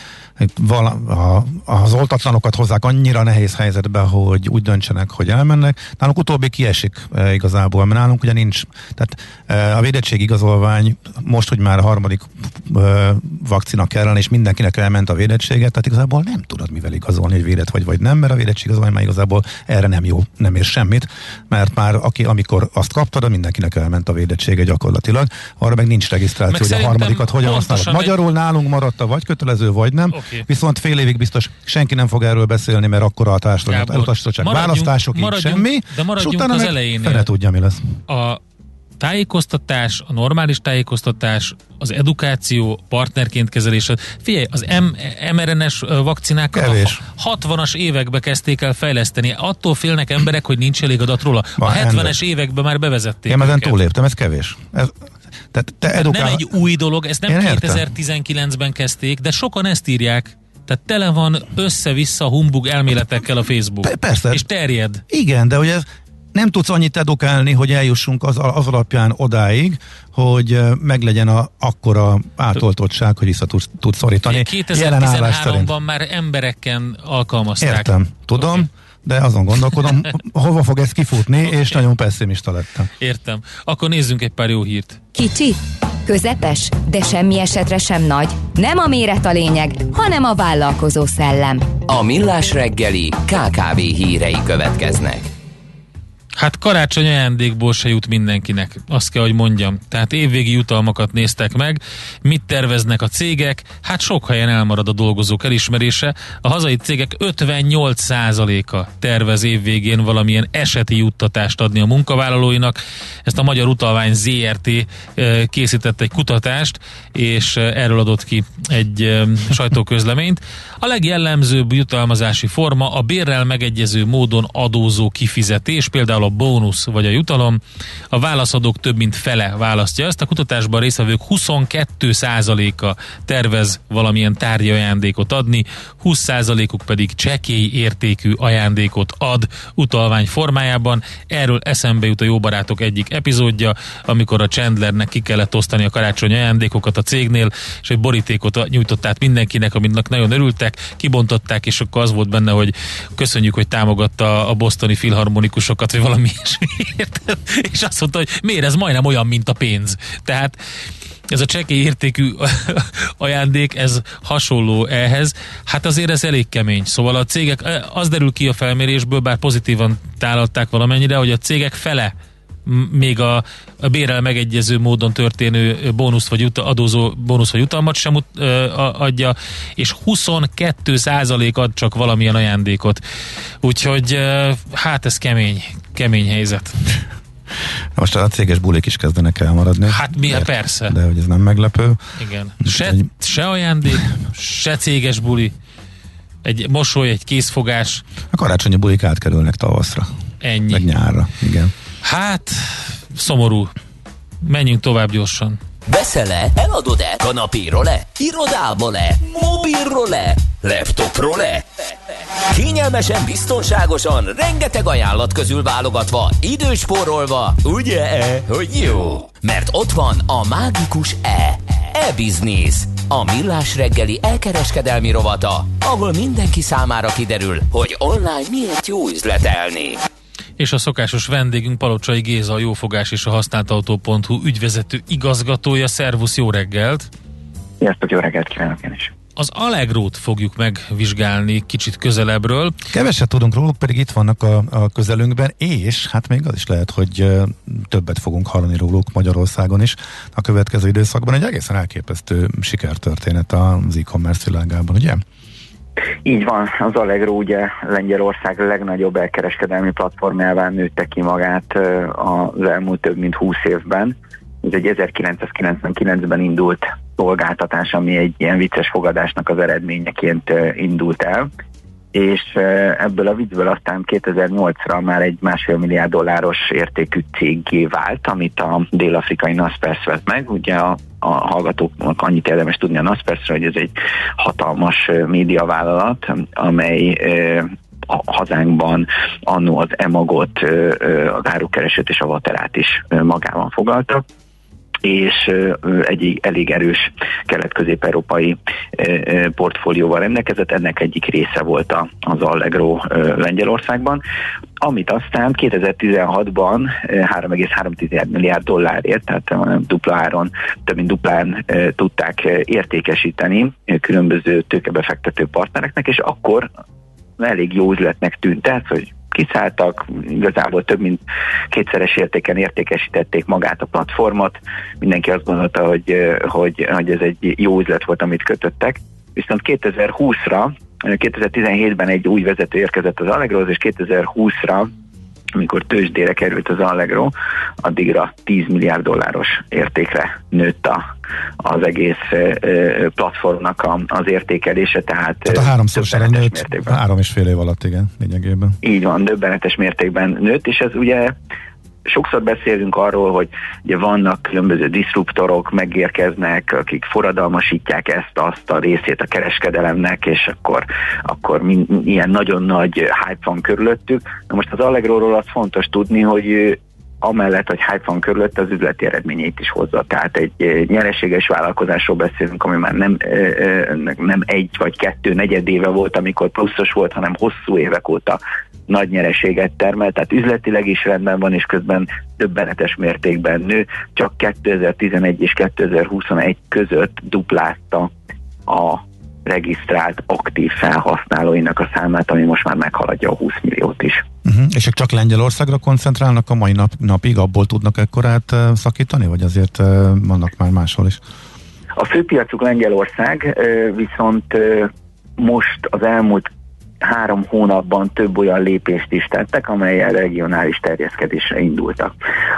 Vala, a, az oltatlanokat hozzák annyira nehéz helyzetbe, hogy úgy döntsenek, hogy elmennek. Nálunk utóbbi kiesik e, igazából, mert nálunk ugye nincs, tehát e, a védettségigazolvány most, hogy már a harmadik e, vakcina kellene, és mindenkinek elment a védettséget, tehát igazából nem tudod mivel igazolni, hogy védett vagy, vagy nem, mert a védettségigazolvány már igazából erre nem jó, nem ér semmit, mert már aki, amikor azt kaptad, mindenkinek elment a védettsége gyakorlatilag, arra meg nincs regisztráció, meg hogy a harmadikat hogyan használod. Magyarul egy... nálunk maradt a vagy kötelező, vagy nem. Okay. Viszont fél évig biztos senki nem fog erről beszélni, mert akkora a társadalmat elutasítottság. Választások így semmi, de maradjunk és utána az meg elejénél. Fene tudja, mi lesz. A tájékoztatás, a normális tájékoztatás, az edukáció, partnerként kezelése. Figyelj, az em er en es vakcinákat kevés. A hatvanas évekbe kezdték el fejleszteni. Attól félnek emberek, hogy nincs elég adat róla. A hetvenes években már bevezették. Én ezen túléptem, ez kevés. Ez, tehát te edukál... Nem egy új dolog, ezt nem kétezer-tizenkilencben kezdték, de sokan ezt írják. Tehát tele van össze-vissza humbug elméletekkel a Facebook. Persze. És terjed. Igen, de hogy ez nem tudsz annyit edukálni, hogy eljussunk az, az alapján odáig, hogy meglegyen a akkora átoltottság, hogy vissza tudsz, tudsz szorítani. kétezer-tizenháromban már embereken alkalmazták. Értem, tudom, okay. De azon gondolkodom, hova fog ez kifutni, okay. És nagyon pessimista lettem. Értem. Akkor nézzünk egy pár jó hírt. Kicsi, közepes, de semmi esetre sem nagy. Nem a méret a lényeg, hanem a vállalkozó szellem. A Millás reggeli ká ká vé hírei következnek. Hát karácsony ajándékból se jut mindenkinek, azt kell, hogy mondjam. Tehát évvégi jutalmakat néztek meg, mit terveznek a cégek, hát sok helyen elmarad a dolgozók elismerése. A hazai cégek ötvennyolc százaléka tervez évvégén valamilyen eseti juttatást adni a munkavállalóinak. Ezt a Magyar Utalvány zé er té készített egy kutatást, és erről adott ki egy sajtóközleményt. A legjellemzőbb jutalmazási forma a bérrel megegyező módon adózó kifizetés, például a bónusz vagy a jutalom. A válaszadók több mint fele választja ezt. A kutatásban résztvevők huszonkettő százaléka tervez valamilyen tárgyi ajándékot adni, húsz százalékuk pedig csekély értékű ajándékot ad utalvány formájában. Erről eszembe jut a Jó Barátok egyik epizódja, amikor a Chandlernek ki kellett osztani a karácsonyi ajándékokat a cégnél, és egy borítékot nyújtott át mindenkinek, aminek nagyon örültek, kibontották, és akkor az volt benne, hogy köszönjük, hogy támogatta a bostoni filharmonikusokat, vagy valami ilyesmiért. És azt mondta, hogy miért ez majdnem olyan, mint a pénz. Tehát ez a csekély értékű ajándék, ez hasonló ehhez. Hát azért ez elég kemény. Szóval a cégek, az derül ki a felmérésből, bár pozitívan tálalták valamennyire, hogy a cégek fele még a, a bérrel megegyező módon történő bónusz vagy uta, adózó bónusz vagy utalmat sem ut, ö, adja, és huszonkettő százalék ad csak valamilyen ajándékot. Úgyhogy ö, hát ez kemény, kemény helyzet. Most a céges bulik is kezdenek elmaradni. Hát mi, de, persze. De hogy ez nem meglepő. Igen. Se, se ajándék, se céges buli, egy mosoly, egy készfogás. A karácsonyi bulik átkerülnek tavaszra. Ennyi. Meg nyárra, igen. Hát, szomorú. Menjünk tovább gyorsan. Veszel-e? Eladod-e? Kanapéról-e? Irodából-e? Mobilról-e? Laptopról-e? Kényelmesen, biztonságosan, rengeteg ajánlat közül válogatva, időspórolva, ugye-e, hogy jó? Mert ott van a mágikus E. E-Business. A Millás reggeli elkereskedelmi rovata, ahol mindenki számára kiderül, hogy online miért jó üzletelni. És a szokásos vendégünk Palocsai Géza, a Jófogás és a használtautó pont hu ügyvezető igazgatója. Szervusz, jó reggelt! Sziasztok, jó reggelt kívánok én is! Az Allegrót fogjuk megvizsgálni kicsit közelebbről. Keveset tudunk róluk, pedig itt vannak a, a közelünkben, és hát még az is lehet, hogy többet fogunk hallani róluk Magyarországon is a következő időszakban. Egy egészen elképesztő sikertörténet az e-commerce világában, ugye? Így van, az Allegro ugye Lengyelország legnagyobb elkereskedelmi platformjává nőtte ki magát az elmúlt több mint húsz évben. Ez egy ezerkilencszázkilencvenkilencben indult szolgáltatás, ami egy ilyen vicces fogadásnak az eredményeként indult el, és ebből a viccből aztán kétezer-nyolcra már egy másfél milliárd dolláros értékű céggé vált, amit a dél-afrikai Naspers vett meg. Ugye a, a hallgatóknak annyit érdemes tudni a Naspersről, hogy ez egy hatalmas médiavállalat, amely a hazánkban annó az e-magot, az árukeresőt és a Vaterát is magában foglalta, és egy elég erős kelet-közép-európai portfólióval rendelkezett. Ennek egyik része volt az Allegro Lengyelországban, amit aztán kétezer-tizenhatban három egész három milliárd dollárért, tehát dupla áron, több mint duplán tudták értékesíteni különböző tőkebefektető partnereknek, és akkor elég jó üzletnek tűnt ez, hogy kiszálltak, igazából több mint kétszeres értéken értékesítették magát a platformot, mindenki azt gondolta, hogy, hogy, hogy ez egy jó üzlet volt, amit kötöttek, viszont kétezer-húszra, kétezer-tizenhétben egy új vezető érkezett az Allegróhoz, és kétezer-húszra amikor tőzsdére került az Allegro, addigra tíz milliárd dolláros értékre nőtt a, az egész ö, platformnak a, az értékelése, tehát, tehát a háromszorosára nőtt, három és fél év alatt, igen, lényegében. Így van, döbbenetes mértékben nőtt, és ez ugye sokszor beszélünk arról, hogy ugye vannak különböző diszruptorok, megérkeznek, akik forradalmasítják ezt, azt a részét a kereskedelemnek, és akkor, akkor min, ilyen nagyon nagy hype van körülöttük. Na most az Allegro-ról az fontos tudni, hogy amellett, hogy hype van körülött, az üzleti eredményeit is hozza. Tehát egy nyereséges vállalkozásról beszélünk, ami már nem, nem egy vagy kettő negyed éve volt, amikor pluszos volt, hanem hosszú évek óta nagy nyereséget termel, tehát üzletileg is rendben van, és közben döbbenetes mértékben nő. Csak kétezer-tizenegy és kétezer-huszonegy között duplázta a regisztrált aktív felhasználóinak a számát, ami most már meghaladja a húsz milliót is. Uh-huh. És ők csak Lengyelországra koncentrálnak a mai nap, napig, abból tudnak ekkorát uh, szakítani, vagy azért uh, vannak már máshol is? A főpiacuk Lengyelország, uh, viszont uh, most az elmúlt három hónapban több olyan lépést is tettek, amellyel regionális terjeszkedésre indultak.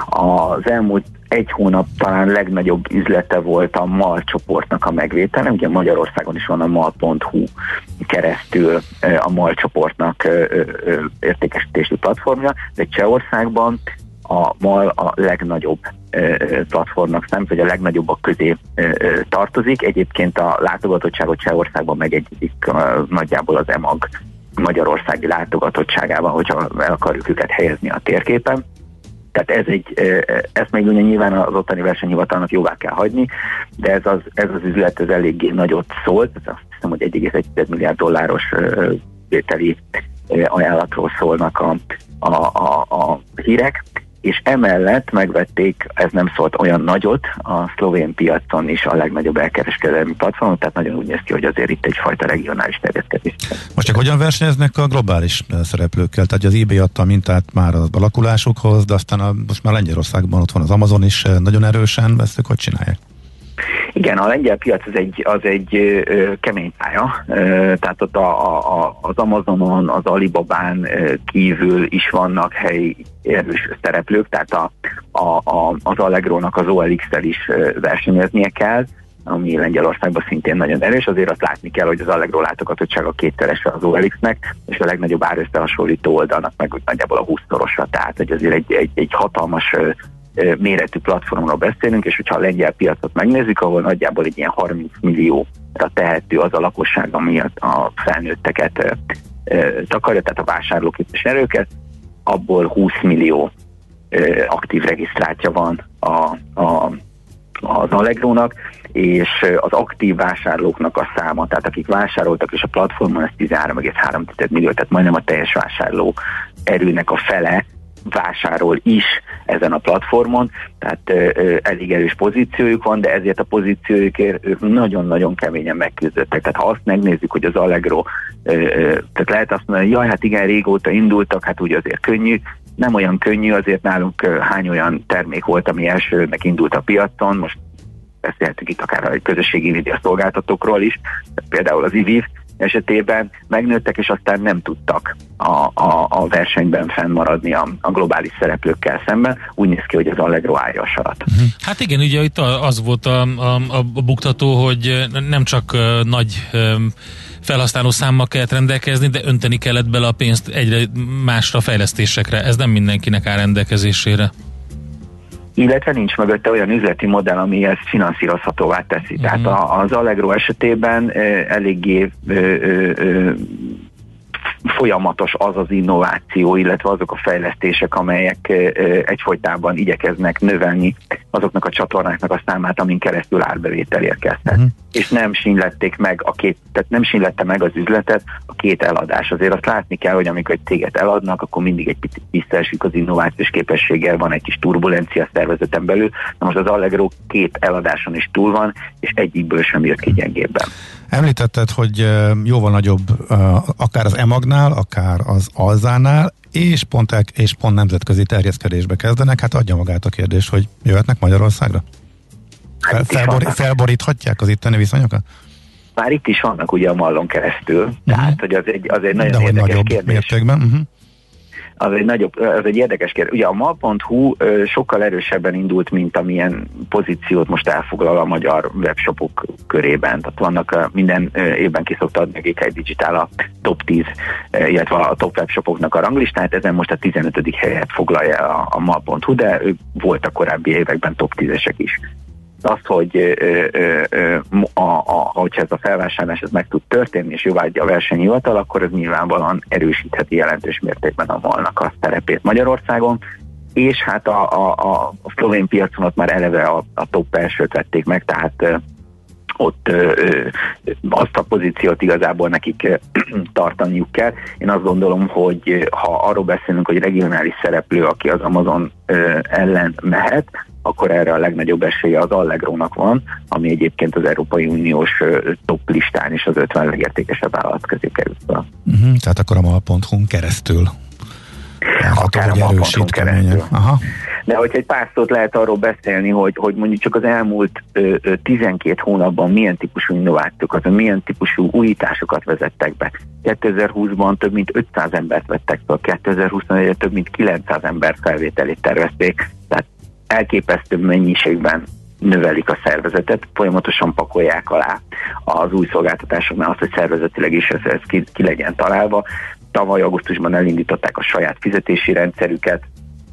Az elmúlt egy hónap talán legnagyobb üzlete volt a MAL csoportnak a megvétele, ugye Magyarországon is van a mal pont hu keresztül a MAL csoportnak értékesítési platformja, de Csehországban a MAL a legnagyobb platformnak számít, vagy a legnagyobbak közé tartozik. Egyébként a látogatottságot Csehországban megegyezik nagyjából az EMAG magyarországi látogatottságában, hogyha el akarjuk őket helyezni a térképen. Tehát ez egy, ezt még ugye nyilván az ottani versenyhivatalnak jóvá kell hagyni, de ez az, ez az üzlet ez eléggé nagyot szólt, azt hiszem, hogy egy egész egy milliárd dolláros vételi ajánlatról szólnak a, a, a, a hírek, és emellett megvették, ez nem szólt olyan nagyot, a szlovén piacon is a legnagyobb elkereskedelmi platformon, tehát nagyon úgy néz ki, hogy azért itt egyfajta regionális terjeszkedés. Most csak hogyan versenyeznek a globális szereplőkkel? Tehát az eBay adta a mintát már az alakulásukhoz, de aztán a, most már Lengyelországban ott van az Amazon is nagyon erősen, ezt ők hogy csinálják? Igen, a lengyel piac az egy, az egy ö, kemény pálya, ö, tehát ott a, a, az Amazonon, az Alibabán ö, kívül is vannak helyi erős szereplők, tehát a, a, a, az Allegro-nak az o el iksz-tel is ö, versenyeznie kell, ami Lengyelországban szintén nagyon erős, azért azt látni kell, hogy az Allegro látogatottsága kétszerese az o el iksz-nek, és a legnagyobb árösszehasonlító oldalnak meg nagyjából a húszszorosa, tehát hogy azért egy, egy, egy hatalmas ö, méretű platformról beszélünk, és hogyha a lengyel piacot megnézzük, ahol nagyjából egy ilyen harminc millióra tehető az a lakosság, ami a felnőtteket e, e, takarja, tehát a vásárlóképes erőket, abból húsz millió e, aktív regisztráltja van a, a, az Allegro-nak, és az aktív vásárlóknak a száma, tehát akik vásároltak, és a platformon ez tizenhárom egész három millió, tehát majdnem a teljes vásárló erőnek a fele vásárol is ezen a platformon, tehát ö, ö, elég erős pozíciójuk van, de ezért a pozíciójukért ők nagyon-nagyon keményen megküzdöttek. Tehát ha azt megnézzük, hogy az Allegro, ö, ö, tehát lehet azt mondani, hogy jaj, hát igen, régóta indultak, hát úgy azért könnyű, nem olyan könnyű, azért nálunk ö, hány olyan termék volt, ami elsőnek indult a piacon, most beszélhetünk itt akár a közösségi média szolgáltatókról is, például az i vé i vé esetében megnőttek, és aztán nem tudtak a, a, a versenyben fennmaradni a, a globális szereplőkkel szemben. Úgy néz ki, hogy az Allegro állja a sarat. Hát igen, ugye itt az volt a, a, a buktató, hogy nem csak nagy felhasználó számmal kellett rendelkezni, de önteni kellett bele a pénzt egyre másra fejlesztésekre. Ez nem mindenkinek áll rendelkezésére. Illetve nincs mögötte olyan üzleti modell, ami ezt finanszírozhatóvá teszi. Uh-huh. Tehát a, az Allegro esetében eh, eléggé eh, eh, folyamatos az az innováció, illetve azok a fejlesztések, amelyek eh, egyfolytában igyekeznek növelni azoknak a csatornáknak a számát, amin keresztül árbevétel érkezhet. Uh-huh. És nem sínlették meg a két, tehát nem sínlette meg az üzletet a két eladás. Azért azt látni kell, hogy amikor egy céget eladnak, akkor mindig egy picit visszaesik az innovációs képességgel, van egy kis turbulencia szervezeten belül. Na most az Allegro két eladáson is túl van, és egyikből sem jött ki gyengébben. Említetted, hogy jóval nagyobb akár az EMAG-nál, akár az Alzánál, és pont, és pont nemzetközi terjeszkedésbe kezdenek. Hát adja magát a kérdés, hogy jöhetnek Magyarországra? Fel, felbor, felboríthatják az itteni viszonyokat? Már itt is vannak ugye a mallon keresztül, uh-huh. tehát hogy az egy, az egy nagyon de érdekes kérdés. Mértékben. Uh-huh. az egy nagyobb, az egy érdekes kérdés. Ugye a mal pont hu sokkal erősebben indult, mint amilyen pozíciót most elfoglal a magyar webshopok körében. Tehát vannak minden évben ki szokta adni a gé ká i Digital a top tíz, illetve a top webshopoknak a ranglistáját, ezen most a tizenötödik helyet foglalja a, a mal pont hu, de ők voltak korábbi években top tízesek is. Azt, hogy ö, ö, ö, a, a, hogyha ez a felvásárlás ez meg tud történni, és jóváhagyja a versenyhivatal, akkor ez nyilvánvalóan erősítheti jelentős mértékben a MOL-nak a szerepét Magyarországon, és hát a, a, a szlovén piacon ott már eleve a, a top elsőt vették meg, tehát ö, ott ö, ö, azt a pozíciót igazából nekik ö, tartaniuk kell. Én azt gondolom, hogy ha arról beszélünk, hogy regionális szereplő, aki az Amazon ö, ellen mehet, akkor erre a legnagyobb esélye az Allegrónak van, ami egyébként az Európai Uniós top listán is az ötven legértékesebb vállalat közé kerül. Uh-huh, tehát akkor a mal pont hu-n keresztül. Akár a mal pont hu-n keresztül. Aha. De hogyha egy pár szót lehet arról beszélni, hogy, hogy mondjuk csak az elmúlt ö, ö, tizenkét hónapban milyen típusú innovációkat, milyen típusú újításokat vezettek be. kétezer-húszban több mint ötszáz embert vettek fel, kétezer-huszonegyben több mint kilencszáz ember felvételét tervezték, tehát elképesztő mennyiségben növelik a szervezetet, folyamatosan pakolják alá az új szolgáltatásoknál azt, hogy szervezetileg is ez, ez ki, ki legyen találva. Tavaly augusztusban elindították a saját fizetési rendszerüket,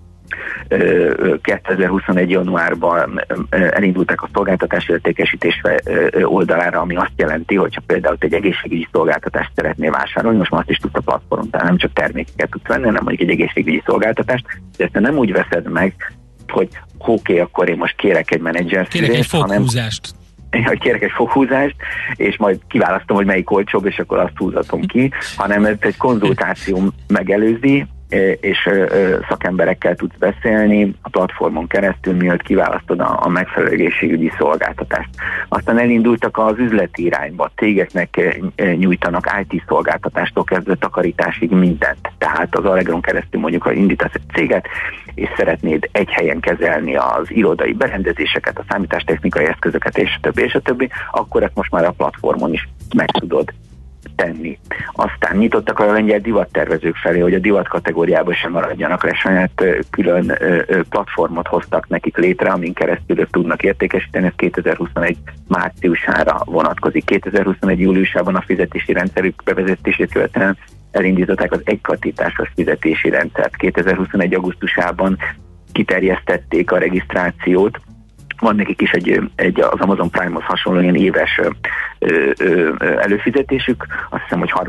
kétezer-huszonegy januárban elindultak a szolgáltatás értékesítés oldalára, ami azt jelenti, hogyha például egy egészségügyi szolgáltatást szeretné vásárolni, most már azt is tudsz a platformon, tehát nem csak termékeket tudsz venni, hanem mondjuk egy egészségügyi szolgáltatást, de ezt nem úgy veszed meg, hogy oké, okay, akkor én most kérek egy menedzser kérek egy foghúzást. Hogy kérek egy foghúzást, és majd kiválasztom, hogy melyik olcsóbb, és akkor azt húzatom ki, hanem ez egy konzultáció megelőzi, és szakemberekkel tudsz beszélni a platformon keresztül, mielőtt kiválasztod a, a megfelelő egészségügyi szolgáltatást. Aztán elindultak az üzleti irányba, cégeknek nyújtanak í té szolgáltatástól kezdve takarításig mindent. Tehát az Allegron keresztül mondjuk, ha indítasz egy céget, és szeretnéd egy helyen kezelni az irodai berendezéseket, a számítástechnikai eszközöket, és a többi, és a többi, akkor ezt most már a platformon is meg tudod tenni. Aztán nyitottak a lengyel divattervezők felé, hogy a divat kategóriában sem maradjanak le, saját külön platformot hoztak nekik létre, amin keresztül ők tudnak értékesíteni, ez kétezer-huszonegy márciusára vonatkozik. kétezer-huszonegy júliusában a fizetési rendszerük bevezetését követően elindították az egykatításos fizetési rendszert. kétezer-huszonegy augusztusában kiterjesztették a regisztrációt. Van nekik is egy, egy az Amazon Prime-hoz hasonló ilyen éves ö, ö, előfizetésük, azt hiszem, hogy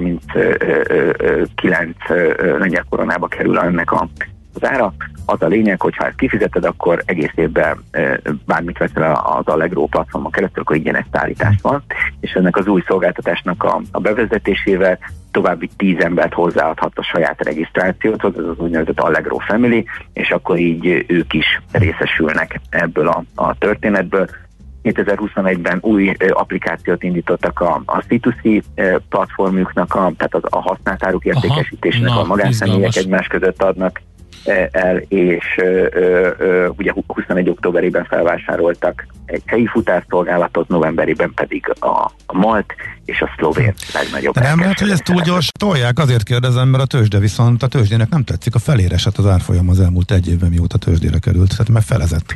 harminckilenc lengyel koronába kerül ennek a, az ára. Az a lényeg, hogy ha ezt kifizeted, akkor egész évben ö, bármit veszel az Allegro platformon keresztül, akkor ingyenes szállítás van, és ennek az új szolgáltatásnak a, a bevezetésével további tíz embert hozzáadhat a saját regisztrációt, ez az úgynevezett Allegro Family, és akkor így ők is részesülnek ebből a, a történetből. kétezer-huszonegyben új applikációt indítottak a, a cé kettő cé platformjuknak, a, tehát az, a használt áruk értékesítésnek, a magánszemélyek egymás között adnak el, és ö, ö, ugye huszonegy októberében felvásároltak egy helyi futárszolgálatot, novemberében pedig a, a malt és a szlovén legnagyobb. De nem lehet, hogy ezt túl gyors tolják, azért kérdezem, mert a tőzsde viszont a tőzsdének nem tetszik, a felére esett az árfolyam az elmúlt egy évben, mióta tőzsdére került, tehát meg felezett.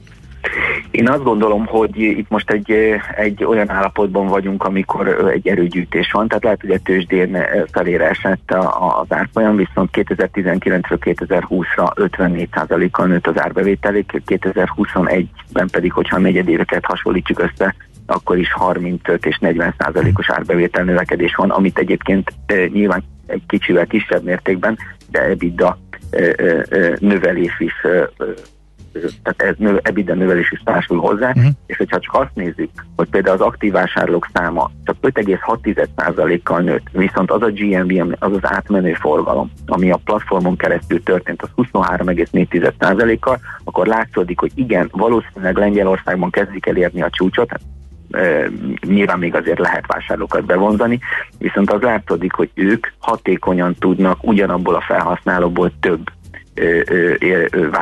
Én azt gondolom, hogy itt most egy, egy olyan állapotban vagyunk, amikor egy erőgyűjtés van, tehát lehet, hogy a tőzsdén felére esett az árfolyam, viszont kétezer-tizenkilencről kétezer-húszra ötvennégy százalékkal nőtt az árbevételik, kétezer-huszonegyben pedig, hogyha a negyedéveket hasonlítjuk össze, akkor is harmincöt és negyven százalékos árbevétel növekedés van, amit egyébként nyilván egy kicsivel kisebb mértékben, de EBITDA növelés is, tehát ez növ, EBITDA növelés is társul hozzá, uh-huh. És hogyha csak azt nézzük, hogy például az aktív vásárlók száma csak öt egész hat százalékkal nőtt, viszont az a gé em vé, az az átmenő forgalom, ami a platformon keresztül történt, az huszonhárom egész négy százalékkal, akkor látszódik, hogy igen, valószínűleg Lengyelországban kezdik elérni a csúcsot, hát, e, nyilván még azért lehet vásárlókat bevonzani, viszont az látszódik, hogy ők hatékonyan tudnak ugyanabból a felhasználóból több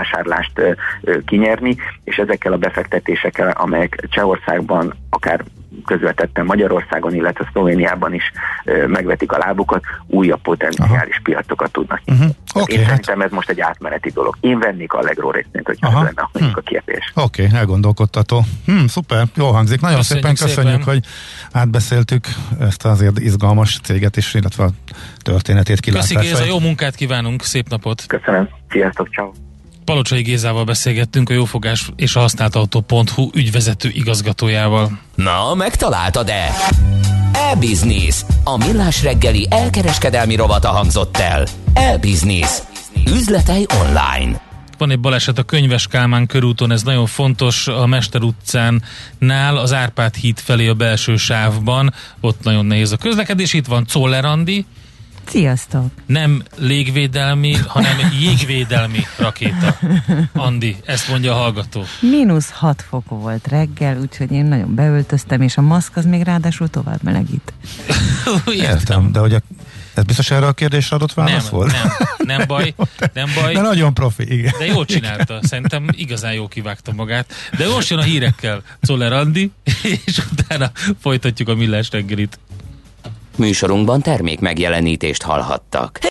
vásárlást kinyerni, és ezekkel a befektetésekkel, amelyek Csehországban akár közvetetten Magyarországon, illetve Szlovéniában is megvetik a lábukat, újabb potenciális Aha. piacokat tudnak. Uh-huh. Okay, Én hát... szerintem ez most egy átmeneti dolog. Én vennék Allegro részvényt, hogyha ez lenne hm. a kérdés. Oké, okay, elgondolkodtató. Hm, szuper, jól hangzik. Nagyon köszönjük szépen köszönjük, szépen. hogy átbeszéltük ezt azért izgalmas céget is, illetve a történetét, kilátásait. Köszi Géza, jó munkát kívánunk, szép napot! Köszönöm, sziasztok, ciao. Palocsai Gézával beszélgettünk, a jófogás és a használtautó pont hu ügyvezető igazgatójával. Na, megtaláltad-e? E-Business. A millás reggeli elkereskedelmi rovata hangzott el. E-Business. Üzletei online. Van egy baleset a Könyves Kálmán körúton, ez nagyon fontos, a Mester utcánál, az Árpád híd felé a belső sávban, ott nagyon nehéz a közlekedés. Itt van Czoller Andi. Sziasztok! Nem légvédelmi, hanem jégvédelmi rakéta. Andi, ezt mondja a hallgató. Mínusz hat fok volt reggel, úgyhogy én nagyon beöltöztem, és a maszk az még ráadásul tovább melegít. Értem, de hogy a, ez biztos erre a kérdésre adott válasz nem, volt? Nem, nem baj, nem baj. De nagyon profi, igen. De jól csinálta, szerintem igazán jól kivágta magát. De most jön a hírekkel Czoller Andi, és utána folytatjuk a millás reggelit. Műsorunkban termék megjelenítést hallhattak.